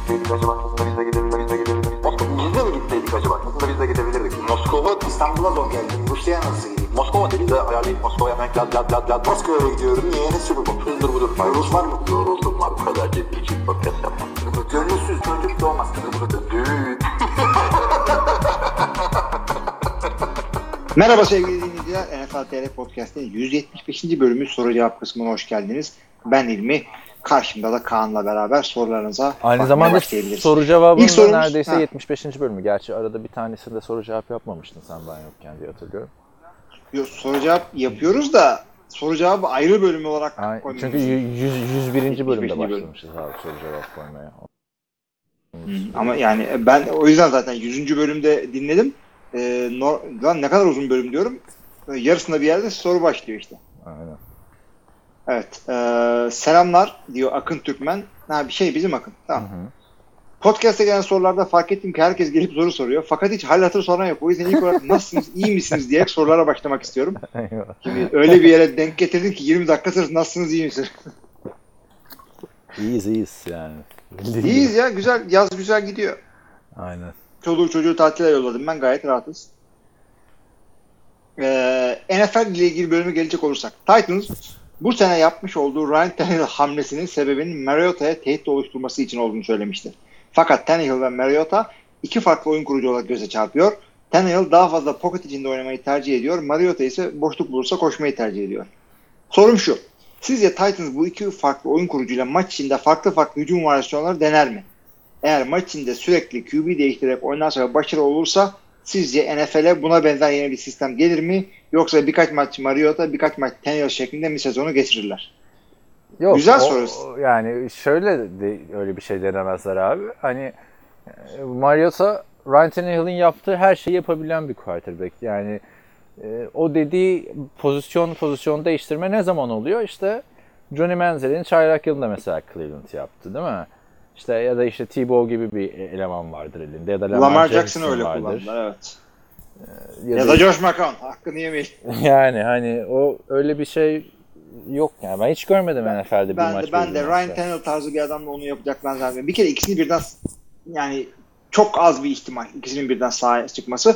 gitseydik acaba? Aslında biz de gidebilirdik. Biz de mi gitseydik acaba? Aslında biz de gidebilirdik. Moskova, İstanbul'a zor geldim. Rusya'ya nasıl gideyim? Moskova dedi de ayarlayıp Moskova'ya hemen lad. Moskova'ya gidiyorum. Niye? Ne sürü bu? Hızdır budur. Rus var mı? Yoruldum var. Bu kadar ciddi için podcast yapmam. Gönülsüz çocuk doğmaz. Düğün. Merhaba sevgili dinleyiciler. NFL TR Podcast'ın 175. bölümü soru cevap kısmına hoş geldiniz. Ben İlmi. Karşımda da Kaan'la beraber sorularınıza aynı zamanda soru cevabının sorumuz, neredeyse 75. bölümü. Gerçi arada bir tanesinde soru cevap yapmamıştın sen ben yokken diye hatırlıyorum. Yok, soru cevap yapıyoruz da soru cevabı ayrı bölüm olarak koymuyoruz. Çünkü 101. bölümde başlamışız abi soru cevap koymaya. Ama yani ben o yüzden zaten 100. bölümde dinledim. Lan ne kadar uzun bölüm diyorum. Yarısında bir yerde soru başlıyor işte. Aynen. Evet. Selamlar diyor Akın Türkmen. Bizim Akın. Tamam. Hı. Podcast'a gelen sorularda fark ettim ki herkes gelip soru soruyor. Fakat hiç hal hatır soran yok. O yüzden ilk olarak nasılsınız, iyi misiniz diye sorulara başlamak istiyorum. Şimdi öyle bir yere denk getirdin ki 20 dakika sırası nasılsınız, iyi misiniz? İyiyiz yani. İyiyiz ya. Güzel. Yaz güzel gidiyor. Aynen. Çoluğu çocuğu tatile yolladım. Ben gayet rahatız. NFL ile ilgili bölümü gelecek olursak. Titans bu sene yapmış olduğu Ryan Tannehill hamlesinin sebebinin Mariota'ya tehdit oluşturması için olduğunu söylemişti. Fakat Tannehill ve Mariota iki farklı oyun kurucu olarak göze çarpıyor. Tannehill daha fazla pocket içinde oynamayı tercih ediyor. Mariota ise boşluk bulursa koşmayı tercih ediyor. Sorum şu. Sizce Titans bu iki farklı oyun kurucuyla maç içinde farklı hücum varyasyonları dener mi? Eğer maç içinde sürekli QB değiştirerek oynarsa ve başarılı olursa sizce NFL'e buna benzer yeni bir sistem gelir mi? Yoksa birkaç maç Mariota, birkaç maç Tannehill şeklinde mi sezonu geçirirler? Yok, güzel soru. Yani şöyle de öyle bir şey denemezler abi. Hani Mariota, Ryan Tannehill'in yaptığı her şeyi yapabilen bir quarterback. Yani o dediği pozisyon değiştirme ne zaman oluyor? İşte Johnny Manziel'in çaylak yılında mesela Cleveland yaptı değil mi? İşte ya da işte Tebow gibi bir eleman vardır elinde ya da Lamar Jackson öyle kullandılar, evet. Ya da Josh McCown, hakkını yemeyin. Yani hani o öyle bir şey yok yani. Ben hiç görmedim NFL'de bir maç. Ben de Ryan Tannehill tarzı bir adamla onu yapacak ben zannediyorum. Bir kere ikisini birden, yani çok az bir ihtimal ikisinin birden sahaya çıkması.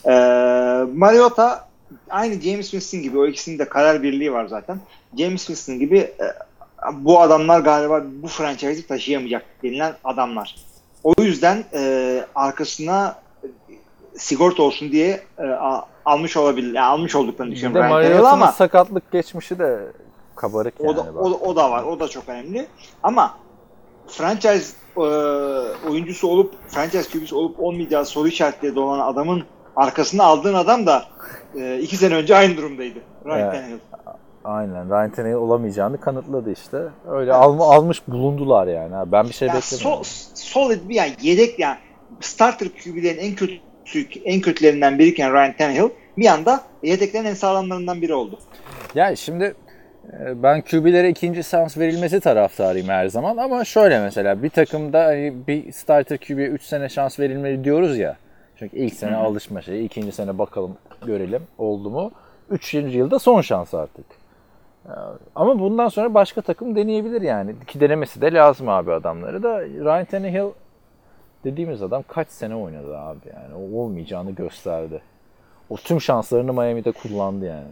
Mariota aynı James Winston gibi, o ikisinin de karar birliği var zaten. James Winston gibi bu adamlar galiba bu franchise'ı taşıyamayacak denilen adamlar. O yüzden arkasına sigorta olsun diye almış olabilir. Yani almış olduklarını düşünüyorum. Mariota'nın sakatlık geçmişi de kabarık yani. O da var. O da çok önemli. Ama franchise oyuncusu olup, franchise QB'si olup olmayacağı soru işaretleri olan adamın arkasına aldığın adam da 2 sene önce aynı durumdaydı. Ryan Tannehill. Aynen. Ryan Tannehill olamayacağını kanıtladı işte. Öyle evet. Almış bulundular yani. Ben bir şey beklemiyorum. Solid bir yani yedek, yani starter QB'lerin en kötülerinden biriyken Ryan Tannehill bir anda yedeklerin en sağlamlarından biri oldu. Ya şimdi ben QB'lere ikinci şans verilmesi taraftarıyım her zaman ama şöyle mesela bir takımda hani bir starter QB'ye 3 sene şans verilmeli diyoruz ya. Çünkü ilk sene alışma şeyi, ikinci sene bakalım görelim oldu mu? 3. yılda son şans artık. Ama bundan sonra başka takım deneyebilir yani. Ki denemesi de lazım abi adamları da. Ryan Tannehill dediğimiz adam kaç sene oynadı abi yani. O olmayacağını gösterdi. O tüm şanslarını Miami'de kullandı yani.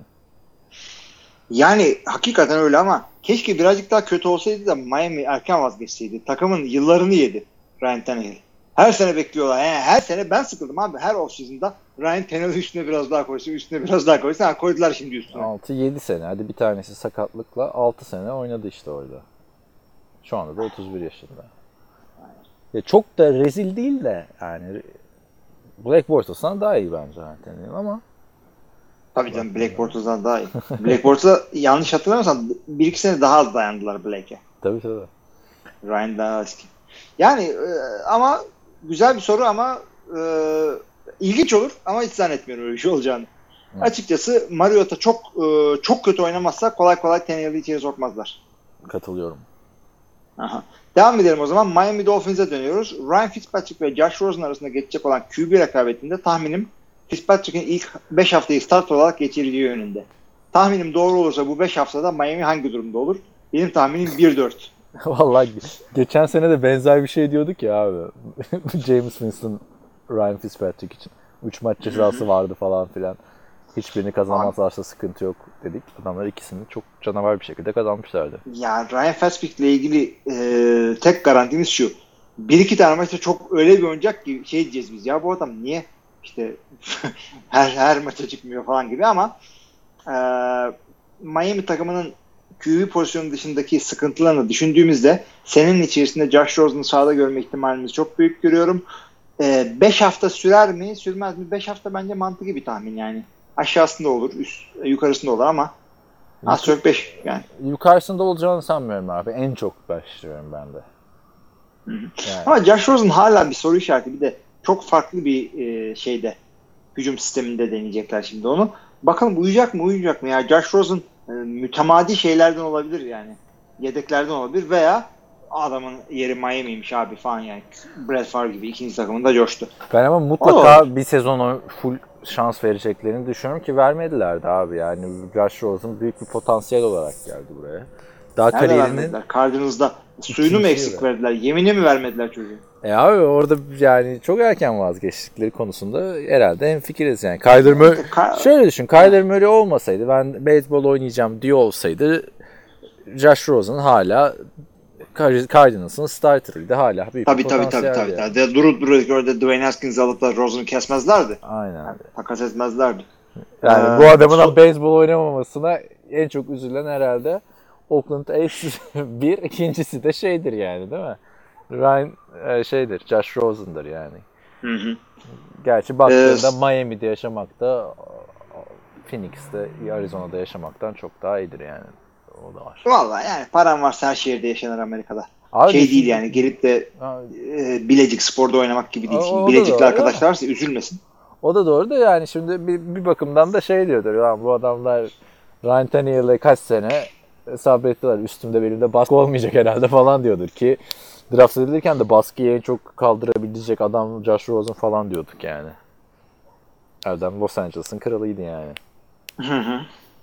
Yani hakikaten öyle ama keşke birazcık daha kötü olsaydı da Miami erken vazgeçseydi. Takımın yıllarını yedi Ryan Tannehill. Her sene bekliyorlar. Yani her sene ben sıkıldım abi. Her off-season'da Ryan Tannehill üstüne biraz daha koysun. Koydular şimdi üstüne. 6-7 sene. Hadi bir tanesi sakatlıkla 6 sene oynadı işte orada. Şu anda da 31 yaşında. Ya çok da rezil değil de yani Black Bortles'tan daha iyi bence Ryan Tannehill ama tabii canım, Black Bortles'dan daha iyi. Black Bortles'a yanlış hatırlamıyorsam 1-2 sene daha az dayandılar Blake'e. Tabii. Ryan daha eski. Yani ama güzel bir soru ama ilginç olur ama hiç zannetmiyorum öyle bir şey olacağını. Hı. Açıkçası Mariota çok kötü oynamazsa kolay Tannehill'i içeri sokmazlar. Katılıyorum. Aha. Devam edelim o zaman. Miami Dolphins'e dönüyoruz. Ryan Fitzpatrick ve Josh Rosen arasında geçecek olan QB rekabetinde tahminim Fitzpatrick'in ilk 5 haftayı start olarak geçireceği yönünde. Tahminim doğru olursa bu 5 haftada Miami hangi durumda olur? Benim tahminim 1-4. Vallahi geçen sene de benzer bir şey diyorduk ya abi. James Winston, Ryan Fitzpatrick için. 3 maç cezası vardı falan filan. Hiçbirini kazanamazlarsa sıkıntı yok dedik. Adamlar ikisini çok canavar bir şekilde kazanmışlardı. Ya Ryan Fitzpatrick ile ilgili tek garantimiz şu. Bir iki tane maçta çok öyle bir oynayacak ki şey diyeceğiz biz. Ya bu adam niye işte her maça çıkmıyor falan gibi ama Miami takımının QB pozisyonu dışındaki sıkıntılarını düşündüğümüzde senin içerisinde Josh Rosen'ı sahada görme ihtimalimizi çok büyük görüyorum. 5 hafta sürer mi? Sürmez mi? 5 hafta bence mantıklı bir tahmin yani. Aşağısında olur, yukarısında olur ama az çok 5 yani. Yukarısında olacağını sanmıyorum abi. En çok başlıyorum ben de. Yani. Ama Josh Rosen hala bir soru işareti. Bir de çok farklı bir şeyde hücum sisteminde deneyecekler şimdi onu. Bakalım uyuyacak mı? Ya Josh Rosen mütemadi şeylerden olabilir yani. Yedeklerden olabilir veya adamın yeri Miami'ymiş abi falan yani. Brett Favre gibi ikinci takımında coştu. Ben ama mutlaka bir sezon full şans vereceklerini düşünüyorum ki vermediler de abi yani. Josh Rosen büyük bir potansiyel olarak geldi buraya. Daha nerede kariyerinin vermediler? Cardinals'da suyunu mu eksik verdiler? Yemini mi vermediler çocuğu? Abi orada yani çok erken vazgeçtikleri konusunda herhalde hemfikiriz yani. Kyler Murray şöyle düşün. Kyler Murray olmasaydı, ben beyzbol oynayacağım diyor olsaydı Josh Rosen hala Cardinals'ın starterıydı. Hala büyük bir potansiyeldi. Tabii. Durup orada Dwayne Haskins'i alıp da Rosen'ı kesmezlerdi. Aynen. Yani, takas etmezlerdi. Yani bu adamın beyzbol oynamamasına en çok üzülen herhalde Oakland A's bir. İkincisi de şeydir yani, değil mi? Ryan Josh Rosen'dır yani. Hı. Gerçi baktığında Miami'de yaşamak da Phoenix'te, Arizona'da yaşamaktan çok daha iyidir yani. O da var. Vallahi yani paran varsa her şehirde yaşanır Amerika'da. Abi değil yani gelip de Bilecik Spor'da oynamak gibi değil. Bilecikli arkadaşlar varsa üzülmesin. O da doğru da yani şimdi bir bakımdan da şey diyordur. Ya bu adamlar Ryan Tannehill'e kaç sene sabrettiler. Üstümde benim de baskı olmayacak herhalde falan diyordur ki draft edilirken de baskıyı en çok kaldırabilecek adam Josh Rosen falan diyorduk yani. Adam Los Angeles'ın kralıydı yani. Hı.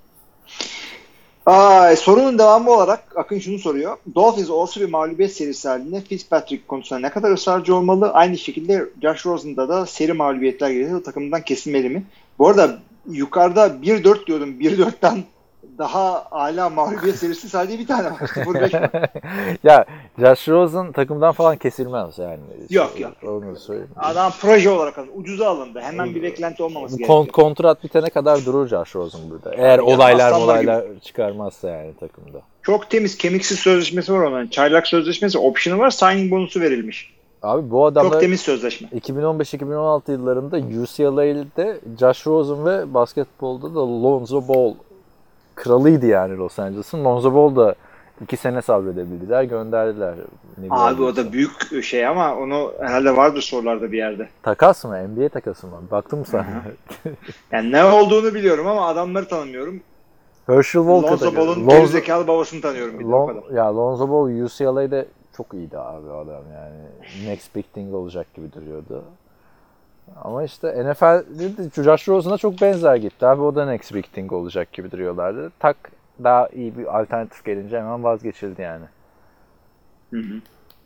Sorunun devamı olarak Akın şunu soruyor. Dolphins olası bir mağlubiyet serisi halinde Fitzpatrick konusunda ne kadar ısrarcı olmalı? Aynı şekilde Josh Rosen'da da seri mağlubiyetler gelirse takımdan kesilmeli mi? Bu arada yukarıda 1-4 diyordum. 1-4'ten daha âlâ mağlubiyet serisi sadece bir tane var. 0-5 Ya Josh Rosen takımdan falan kesilmez yani. Yok. Onu söyleyeyim. Adam proje olarak alındı. Ucuza alındı. Hemen bir beklenti olmaması gerekiyor. Kontrat bitene kadar durur Josh Rosen burada. Eğer olaylar çıkarmazsa yani takımda. Çok temiz, kemiksiz sözleşmesi var onun. Çaylak sözleşmesi, option'ı var. Signing bonusu verilmiş. Abi bu adamlar çok temiz sözleşme. 2015-2016 yıllarında UCLA'de Josh Rosen ve basketbolda da Lonzo Ball kralıydı yani Los Angeles'ın. Lonzo Ball da 2 sene sabredebildiler, gönderdiler. Abi o da büyük şey ama onu herhalde vardır sorularda bir yerde. Takas mı? NBA takası mı? Baktın mı sen? Yani ne olduğunu biliyorum ama adamları tanımıyorum. Herschel Walker'da. Lonzo Ball'un gerizekalı babasını tanıyorum. Lonzo Ball UCLA'de çok iyiydi abi o adam yani. Next big thing olacak gibi duruyordu. Ama işte NFL'de Josh Rosen'a çok benzer gitti abi. O da next big thing olacak gibi duruyorlardı. Daha iyi bir alternatif gelince hemen vazgeçildi yani. Hı.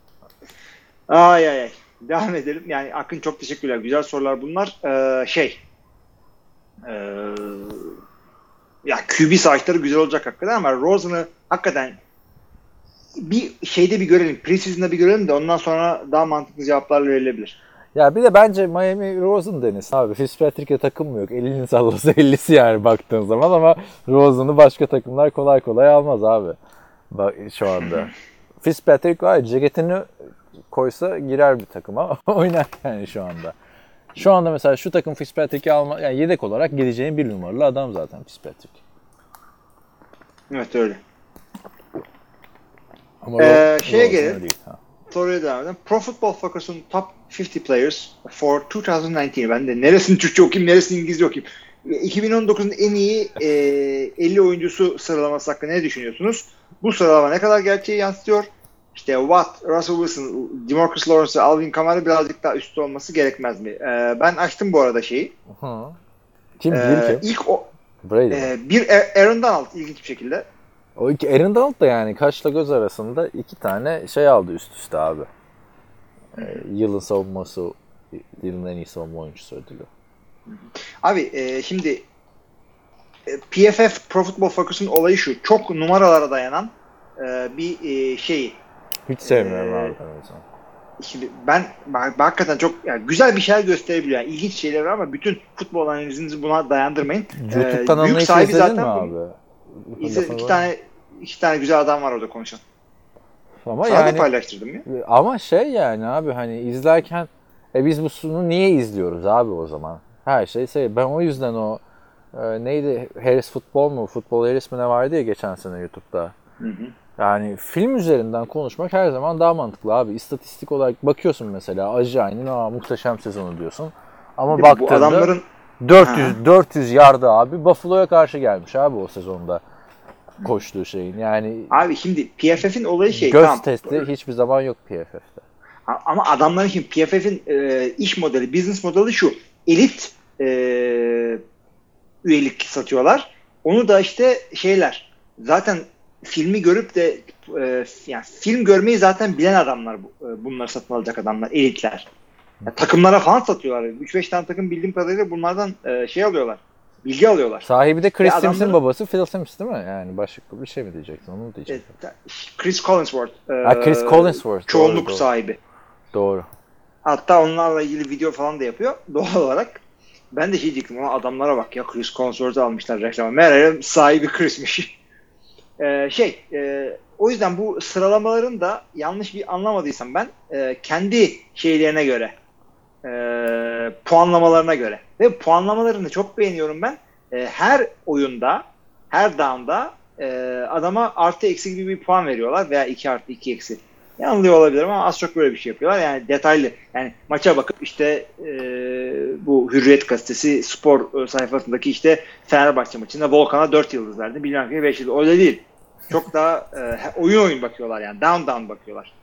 Ay. Devam edelim. Yani Akın çok teşekkürler. Güzel sorular bunlar. Ya QB savaşları güzel olacak hakikaten ama Rosen'ı hakikaten bir şeyde bir görelim. Preseason'da bir görelim de ondan sonra daha mantıklı cevaplar verilebilir. Ya bir de bence Miami Rosen deniz abi. Fitzpatrick'e takım mı yok? Elini sallasa 50'si yani baktığın zaman ama Rosen'ı başka takımlar kolay kolay almaz abi. Bak şu anda. Fitzpatrick var, ceketini koysa girer bir takıma oynar yani şu anda. Şu anda mesela şu takım Fitzpatrick'i alma, yani yedek olarak gideceğin bir numaralı adam zaten Fitzpatrick. Evet öyle. Ama şeye gelelim. Soruya devam edelim. Pro Football Focus'un Top 50 Players for 2019. Ben de neresini Türkçe okuyayım, neresini İngilizce okuyayım. 2019'un en iyi 50 oyuncusu sıralaması hakkında ne düşünüyorsunuz? Bu sıralama ne kadar gerçeği yansıtıyor? İşte Watt, Russell Wilson, Demarcus Lawrence, Alvin Kamara birazcık daha üstte olması gerekmez mi? Ben açtım bu arada şeyi. Kim? İlk Brady. Bir Aaron Donald ilginç bir şekilde. O iki Aaron Donald da yani kaşla göz arasında 2 tane şey aldı üst üste abi. Yılın savunması, yılın en iyi savunma oyuncusu ödülü. Abi şimdi PFF Pro Football Focus'un olayı şu. Çok numaralara dayanan bir şey. Hiç sevmiyorum abi ben o zaman. Şimdi ben hakikaten çok yani güzel bir şeyler gösterebiliyor. Yani ilginç şeyler var ama bütün futbol analizinizi buna dayandırmayın. YouTube'dan anlayışı sahibi izledin mi zaten abi? iki tane güzel adam var orada konuşan. Ama Sana da yani paylaştırdım ya. ama şey yani abi hani izlerken biz bunu niye izliyoruz abi o zaman? Her şey ben o yüzden o neydi Harris Futbol mu? Futbol Harris mi ne vardı ya geçen sene YouTube'da. Hı. Yani film üzerinden konuşmak her zaman daha mantıklı abi. İstatistik olarak bakıyorsun mesela Ajayi'nin muhteşem sezonu diyorsun. Ama baktığında bu adamların 400 yarda abi Buffalo'ya karşı gelmiş abi o sezonda koştuğu şeyin. Yani abi şimdi PFF'in olayı şey göz tamam. testi hiçbir zaman yok PFF'te. Ama adamların şimdi PFF'in iş modeli, business modeli şu. Elit üyelik satıyorlar. Onu da işte şeyler zaten filmi görüp de yani film görmeyi zaten bilen adamlar bunları satın alacak adamlar, elitler. Yani takımlara falan satıyorlar. 3-5 tane takım bildiğim kadarıyla bunlardan şey alıyorlar. Bilgi alıyorlar. Sahibi de Chris Sims'in adamların babası Phil Sims değil mi? Yani başka bir şey mi diyecektin? Onu mu diyecektin? Chris Collinsworth. Chris Collinsworth. Çoğunluk doğru. sahibi. Doğru. Hatta onlarla ilgili video falan da yapıyor. Doğal olarak. Ben de şey diyecektim. Adamlara bak ya Chris Collinsworth'u almışlar reklama. Meğer sahibi Chris'miş. O yüzden bu sıralamaların da yanlış bir anlamadıysam ben kendi şeylerine göre puanlamalarına göre ve puanlamalarını çok beğeniyorum ben. Her oyunda her down'da adama artı eksi gibi bir puan veriyorlar veya 2 artı 2 eksi. Yanılıyor olabilirim ama az çok böyle bir şey yapıyorlar. Yani detaylı. Yani maça bakıp işte bu Hürriyet gazetesi spor sayfasındaki işte Fenerbahçe maçında Volkan'a 4 yıldız verdi. Bilmem ki 5 yıldız. Öyle değil. Çok daha oyun bakıyorlar yani. Down bakıyorlar.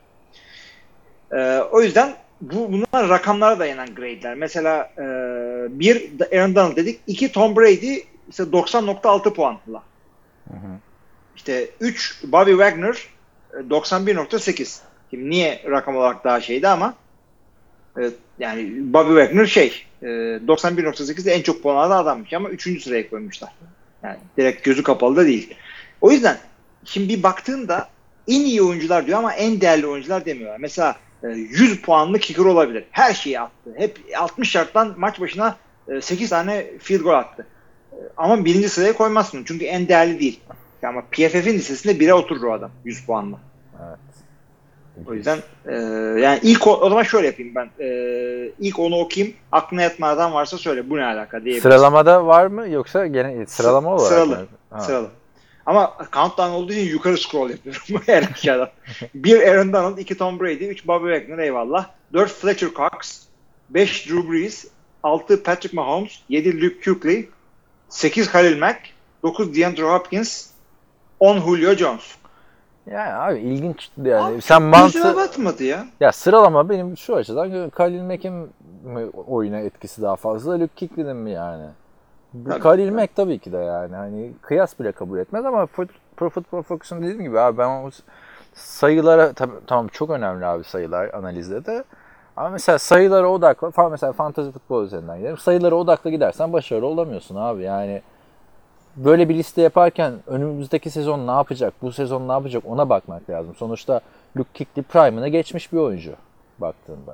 O yüzden bunlar rakamlara dayanan grade'ler. Mesela bir Aaron Donald dedik. 2 Tom Brady işte 90.6 puanla. İşte 3 Bobby Wagner 91.8. Şimdi niye rakam olarak daha şeydi ama yani Bobby Wagner 91.8'de en çok puan alan adammış ama 3. sıraya koymuşlar. Yani direkt gözü kapalı da değil. O yüzden şimdi bir baktığında en iyi oyuncular diyor ama en değerli oyuncular demiyorlar. Mesela 100 puanlı kicker olabilir. Her şeyi attı. Hep 60 yardtan maç başına 8 tane field goal attı. Ama 1. sıraya koymazsın. Çünkü en değerli değil. Ama PFF'in listesinde 1'e oturur o adam 100 puanla. Evet. O yüzden yani ilk o zaman şöyle yapayım ben. İlk onu okuyayım. Aklına yatmayan adam varsa söyle. Bu ne alaka diyebiliriz. Sıralamada var mı yoksa gene sıralama olarak sıralı. mı? Sıralı. Ama countdown olduğu için yukarı scroll yapıyorum. Her aşağıdan. 1 Aaron Donald, 2 Tom Brady, 3 Bobby Wagner eyvallah. 4 Fletcher Cox, 5 Drew Brees, 6 Patrick Mahomes, 7 Luke Kuechly, 8 Khalil Mack, 9 DeAndre Hopkins, 10 Julio Jones. Yani abi ilginç yani. Abi, sen gözüme batmadı ya. Ya sıralama benim şu açıdan Khalil Mack'in oyuna etkisi daha fazla, Luke Kuechly'nin mi yani? Khalil Mack tabii ki de yani hani kıyas bile kabul etmez ama Pro Football Focus'un dediğim gibi abi ben o sayılara tamam çok önemli abi sayılar analizde de ama mesela sayılara odaklı mesela fantasy futbol üzerinden gidelim. Sayılara odaklı gidersen başarılı olamıyorsun abi yani. Böyle bir liste yaparken önümüzdeki sezon ne yapacak, bu sezon ne yapacak ona bakmak lazım. Sonuçta Luke Kuechly prime'ına geçmiş bir oyuncu baktığında.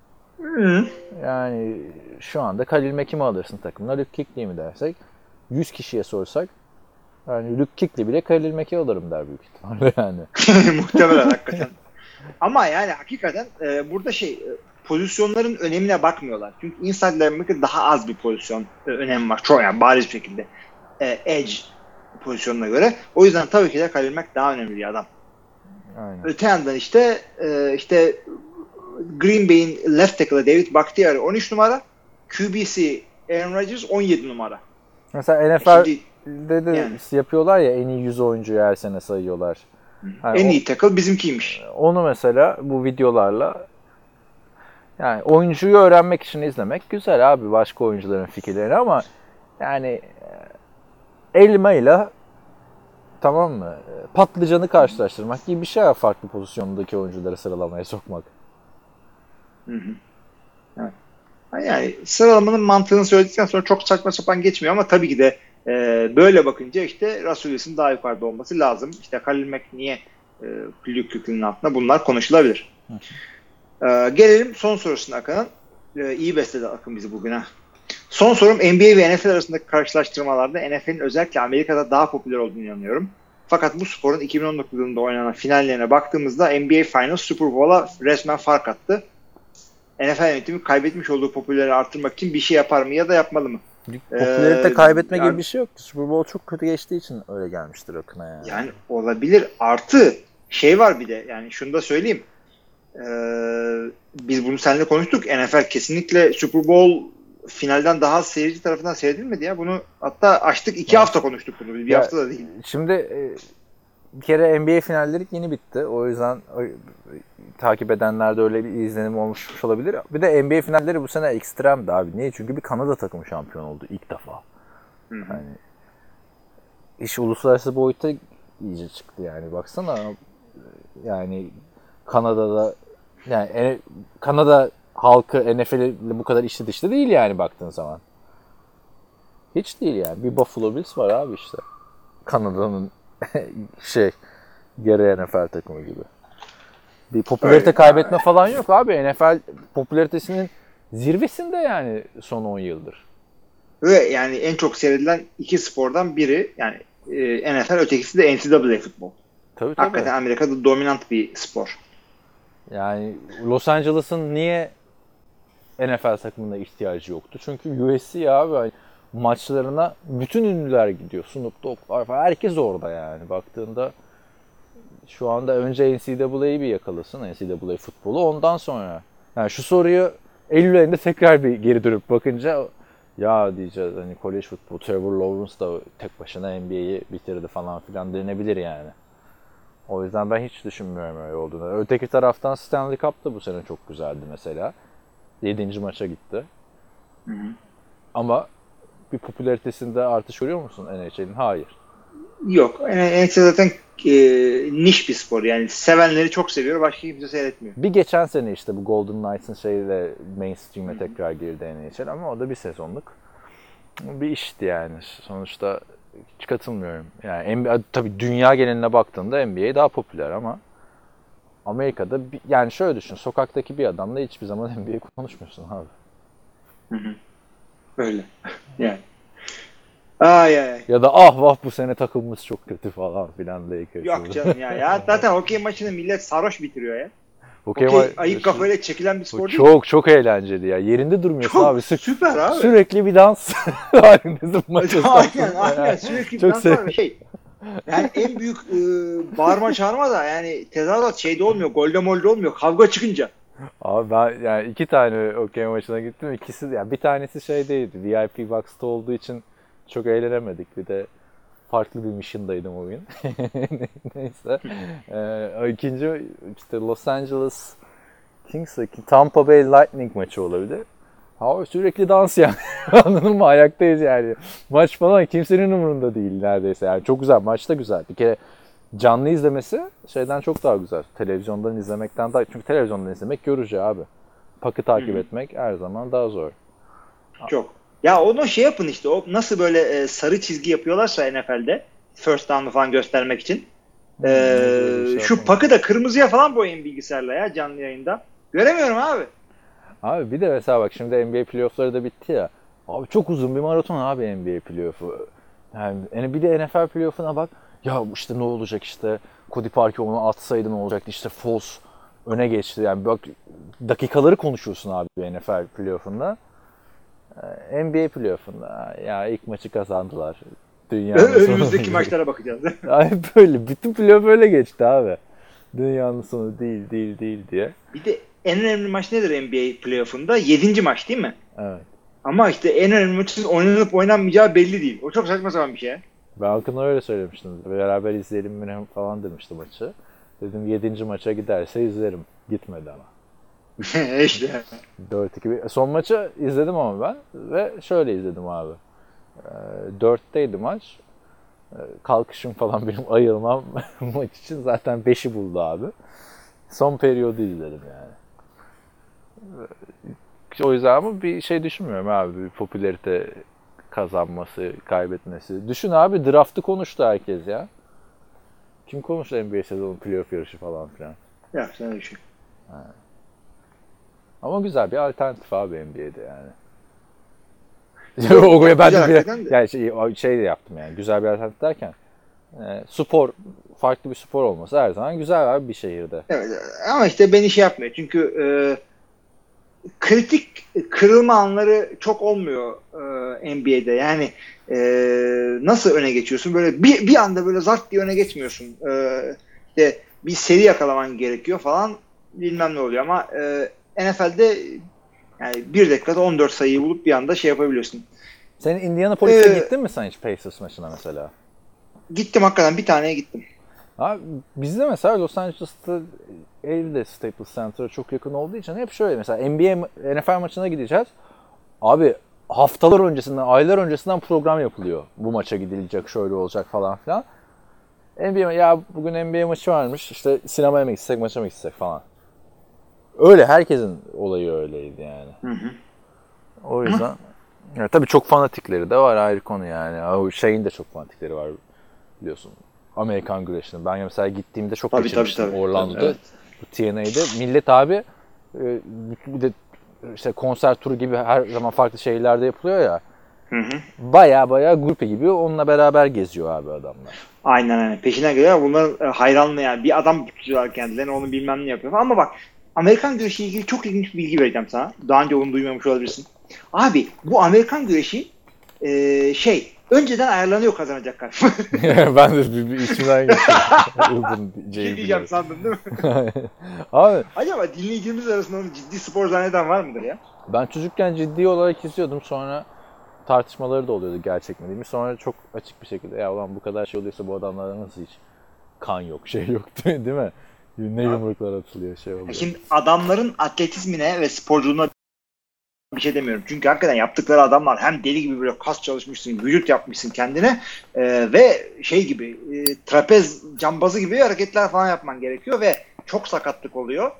Yani şu anda Khalil Mack'i mi alırsın takımına, Luke Kuechly'yi mi dersek 100 kişiye sorsak yani Luke Kuechly bile Khalil Mack'i alırım der büyük ihtimalle yani. Muhtemelen hakikaten. Ama yani hakikaten burada pozisyonların önemine bakmıyorlar. Çünkü inside linebacker daha az bir pozisyon önemi var. Çok yani bariz bir şekilde. Edge pozisyonuna göre. O yüzden tabii ki de Khalil Mack daha önemli bir adam. Aynen. Öte yandan işte Green Bay'in left tackle'ı David Bakhtiari 13 numara, QB'si Aaron Rodgers 17 numara. Mesela NFL'de de yani yapıyorlar ya en iyi 100 oyuncuyu her sene sayıyorlar. Yani en iyi tackle bizimkiymiş. Onu mesela bu videolarla yani oyuncuyu öğrenmek için izlemek güzel abi başka oyuncuların fikirlerini ama yani elma ile tamam mı? Patlıcanı karşılaştırmak gibi bir şey var, farklı pozisyondaki oyuncuları sıralamaya sokmak. Hı hı. Evet. Yani sıralamanın mantığını söyledikten sonra çok saçma sapan geçmiyor ama tabii ki de böyle bakınca işte Russell Wilson daha yukarıda olması lazım. İşte Khalil Mack niye Luke Kuechly'nin altında, bunlar konuşulabilir. Gelelim son sorusuna Akın'ın. İyi besledi Akın bizi bugün ha. Son sorum, NBA ve NFL arasındaki karşılaştırmalarda NFL'in özellikle Amerika'da daha popüler olduğunu inanıyorum. Fakat bu sporun 2019 yılında oynanan finallerine baktığımızda NBA Finals Super Bowl'a resmen fark attı. NFL yönetimi kaybetmiş olduğu popülerliği arttırmak için bir şey yapar mı ya da yapmalı mı? Popülerite kaybetme gibi bir şey yok. Super Bowl çok kötü geçtiği için öyle gelmiştir Akın'a yani. Yani olabilir. Artı şey var bir de, yani şunu da söyleyeyim. Biz bunu seninle konuştuk. NFL kesinlikle Super Bowl finalden daha az seyirci tarafından seyredilmedi ya. Bunu hatta açtık 2 hafta konuştuk bunu. Bir hafta da değil. Şimdi bir kere NBA finalleri yeni bitti. O yüzden takip edenlerde öyle bir izlenim olmuş olabilir. Bir de NBA finalleri bu sene ekstremdi abi. Niye? Çünkü bir Kanada takımı şampiyon oldu ilk defa. Yani iş uluslararası boyuta iyice çıktı yani. Baksana yani Kanada'da, yani Kanada halkı NFL'le bu kadar içli dışlı değil yani baktığın zaman. Hiç değil yani. Bir Buffalo Bills var abi işte. Kanada'nın yarı NFL takımı gibi. Bir popülarite kaybetme falan yok abi. NFL popülaritesinin zirvesinde yani son 10 yıldır. Ve yani en çok seyredilen iki spordan biri yani NFL, ötekisi de NCAA futbol. Tabii. Hakikaten Amerika'da dominant bir spor. Yani Los Angeles'ın niye NFL takımına ihtiyacı yoktu? Çünkü USC abi hani maçlarına bütün ünlüler gidiyor. Snoop Dogg'lar falan. Herkes orada yani. Baktığında şu anda önce NCAA'yı bir yakalasın. NCAA futbolu. Ondan sonra. Yani şu soruyu Eylül ayında tekrar bir geri dönüp bakınca ya diyeceğiz hani college futbol, Trevor Lawrence da tek başına NBA'yi bitirdi falan filan denebilir yani. O yüzden ben hiç düşünmüyorum öyle olduğunu. Öteki taraftan Stanley Cup da bu sene çok güzeldi mesela. 7. maça gitti. Hı. Ama bir popülaritesinde artış görüyor musun NHL'in? Hayır. Yok. NHL zaten niş bir spor. Yani sevenleri çok seviyor. Başka kimse seyretmiyor. Bir geçen sene işte bu Golden Knights'ın şeyle mainstream'e tekrar girdi NHL ama o da bir sezonluk bir işti yani. Sonuçta hiç katılmıyorum. Yani NBA, tabii dünya geneline baktığında NBA daha popüler ama Amerika'da yani şöyle düşün, sokaktaki bir adamla hiçbir zaman NBA konuşmuyorsun abi. Hı. Öyle. Yani. Ay. Ya da ah vah bu sene takımımız çok kötü falan filan Lakers. Yok canım ya. Ya zaten hokey maçını millet sarhoş bitiriyor ya. Hokey ayık kafayla çekilen bir spor değil. Çok eğlenceli ya. Yerinde durmuyorsun çok abi. Süper abi. Sürekli bir dans halindesin maçı. Aynen. Sürekli bir dans var. Yani en büyük bağırma çağırma da yani tezahürat şeyde olmuyor. Golde molde olmuyor. Kavga çıkınca. Abi ben yani 2 tane hokey maçına gittim. İkisi yani bir tanesi şeydeydi. VIP Box'ta olduğu için çok eğlenemedik. Bir de farklı bir mission'daydım o gün. Neyse. İkinci işte Los Angeles Kings'la Tampa Bay Lightning maçı olabilir. Ha sürekli dans yani. Anladın mı? Ayaktayız yani. Maç falan kimsenin umurunda değil neredeyse. Yani çok güzel. Maç da güzel. Bir kere canlı izlemesi şeyden çok daha güzel. Televizyondan izlemekten daha... Çünkü televizyondan izlemek yorucu abi. Pakı takip etmek her zaman daha zor. Çok. Ya onu şey yapın işte. O nasıl böyle sarı çizgi yapıyorlarsa NFL'de first down'u falan göstermek için. Şu pakı da kırmızıya falan boyayın bilgisayarla ya canlı yayında. Göremiyorum abi. Abi bir de mesela bak şimdi NBA playoff'ları da bitti ya. Abi çok uzun bir maraton abi NBA playoff'u. Yani bir de NFL playoff'una bak. Ya işte ne olacak işte Cody Parkey onu atsaydı ne olacaktı işte Foles öne geçti. Yani bak dakikaları konuşuyorsun abi NFL playoff'unda. NBA playoff'unda ya ilk maçı kazandılar. Önümüzdeki maçlara bakacağız. Yani böyle bütün playoff öyle geçti abi. Dünyanın sonu değil diye. Bir de en önemli maç nedir NBA playoff'unda? 7. maç değil mi? Evet. Ama işte en önemli maçın oynanıp oynanmayacağı belli değil. O çok saçma sapan bir şey. Ben Akın'a öyle söylemiştim. Beraber izleyelim mi falan demişti maçı. Dedim 7. maça giderse izlerim. Gitmedi ama. İşte. 4-2. Son maçı izledim ama ben. Ve şöyle izledim abi. 4'teydi maç. Kalkışım falan benim ayılmam maç için zaten 5'i buldu abi. Son periyodu izledim yani. O yüzden ama bir şey düşünmüyorum abi. Bir popülarite kazanması, kaybetmesi. Düşün abi, draft'ı konuştu herkes ya. Kim konuştu NBA sezonu playoff yarışı falan filan. Ya sen düşün. Ama güzel bir alternatif abi NBA'de yani. O ben de yani şey de yaptım yani. Güzel bir alternatif derken spor, farklı bir spor olması her zaman güzel abi bir şehirde. Evet, ama işte beni şey yapmıyor. Çünkü kritik kırılma anları çok olmuyor NBA'de. Yani nasıl öne geçiyorsun? Böyle bir anda böyle zart diye öne geçmiyorsun. İşte bir seri yakalaman gerekiyor falan, bilmem ne oluyor ama NFL'de yani bir dakikada 14 sayıyı bulup bir anda şey yapabiliyorsun. Sen Indianapolis'e gittin mi sen hiç Pacers maçına mesela? Gittim, hakikaten bir taneye gittim. Abi bizde mesela Los Angeles'ta evde Staples Center'a çok yakın olduğu için hep şöyle mesela NBA, NFL maçına gideceğiz. Abi haftalar öncesinden, aylar öncesinden program yapılıyor. Bu maça gidilecek, şöyle olacak falan filan. NBA, ya bugün NBA maçı varmış, işte sinemaya mı gitsek, maça mı gitsek falan. Öyle, herkesin olayı öyleydi yani. Hı hı. O yüzden ya, tabii çok fanatikleri de var, ayrı konu yani. O şeyin de çok fanatikleri var biliyorsun. Amerikan güreşinin. Ben mesela gittiğimde çok geçirmiştim Orlando'da. Evet. Bu TNA'de. Millet abi bir de işte konser turu gibi her zaman farklı şehirlerde yapılıyor ya. Hı hı. Baya grup gibi onunla beraber geziyor abi adamlar. Aynen. Peşine geliyor. Bunların hayranlığı yani. Bir adam tutuyorlar kendilerine, onu bilmem ne yapıyor. Ama bak, Amerikan güreşiyle ilgili çok ilginç bir bilgi vereceğim sana. Daha önce onu duymamış olabilirsin. Abi bu Amerikan güreşi önceden ayarlanıyor kazanacaklar. Ben de bir içimden geçtim. Şey diyeceğim sandın değil mi? Abi, acaba dinleyicimiz arasında onu ciddi spor zanneden var mıdır ya? Ben çocukken ciddi olarak izliyordum. Sonra tartışmaları da oluyordu gerçek mi değil mi? Sonra çok açık bir şekilde ya ulan bu kadar şey oluyorsa bu adamlarda nasıl hiç kan yok, şey yok değil mi? Ne yumruklar atılıyor, şey oluyor. Şimdi adamların atletizmine ve sporculuğuna bir şey demiyorum. Çünkü hakikaten yaptıkları adamlar hem deli gibi böyle kas çalışmışsın, vücut yapmışsın kendine ve şey gibi trapez cambazı gibi hareketler falan yapman gerekiyor ve çok sakatlık oluyor.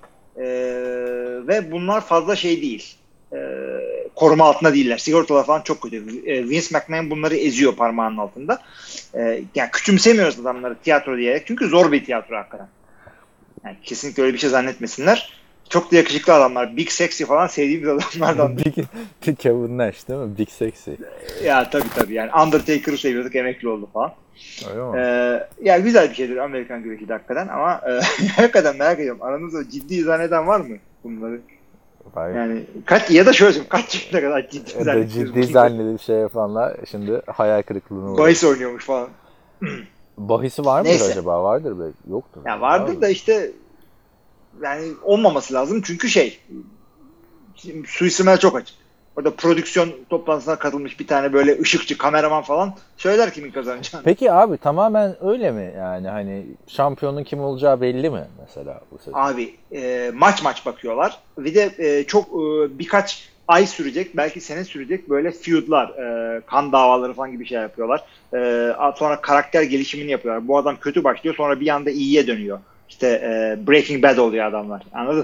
Ve bunlar fazla şey değil. Koruma altında değiller. Sigortalar falan çok kötü. Vince McMahon bunları eziyor parmağının altında. Yani küçümsemiyoruz adamları tiyatro diyerek. Çünkü zor bir tiyatro hakikaten. Yani kesinlikle öyle bir şey zannetmesinler. Çok da yakışıklı adamlar. Big Sexy falan sevdiğimiz adamlardan. Kevin Nash değil mi? Big Sexy. Ya tabii. Yani Undertaker'ı seviyorduk, emekli oldu falan. Öyle mi? Yani güzel bir şeydir Amerikan güreşi de hakikaten ama hakikaten merak ediyorum. Aranızda ciddi zanneden var mı bunları? Hayır. Yani ya da şöyle söyleyeyim, kaç yaşına kadar ciddi zannedip şey yapanlar şimdi hayal kırıklığına uğruyor. Bahis oynuyormuş falan. Bahisi var mıdır acaba? Vardır belki. Yoktur. Ya vardır da işte yani olmaması lazım çünkü suistimal çok açık. Orada prodüksiyon toplantısına katılmış bir tane böyle ışıkçı, kameraman falan söyler kimin kazanacağını. Peki abi tamamen öyle mi? Yani hani şampiyonun kim olacağı belli mi mesela bu sezon? Abi maç bakıyorlar. Bir de birkaç ay sürecek, belki sene sürecek böyle feudlar, kan davaları falan gibi şey yapıyorlar. Sonra karakter gelişimini yapıyorlar. Bu adam kötü başlıyor, sonra bir anda iyiye dönüyor. İşte Breaking Bad oluyor adamlar. Anladın?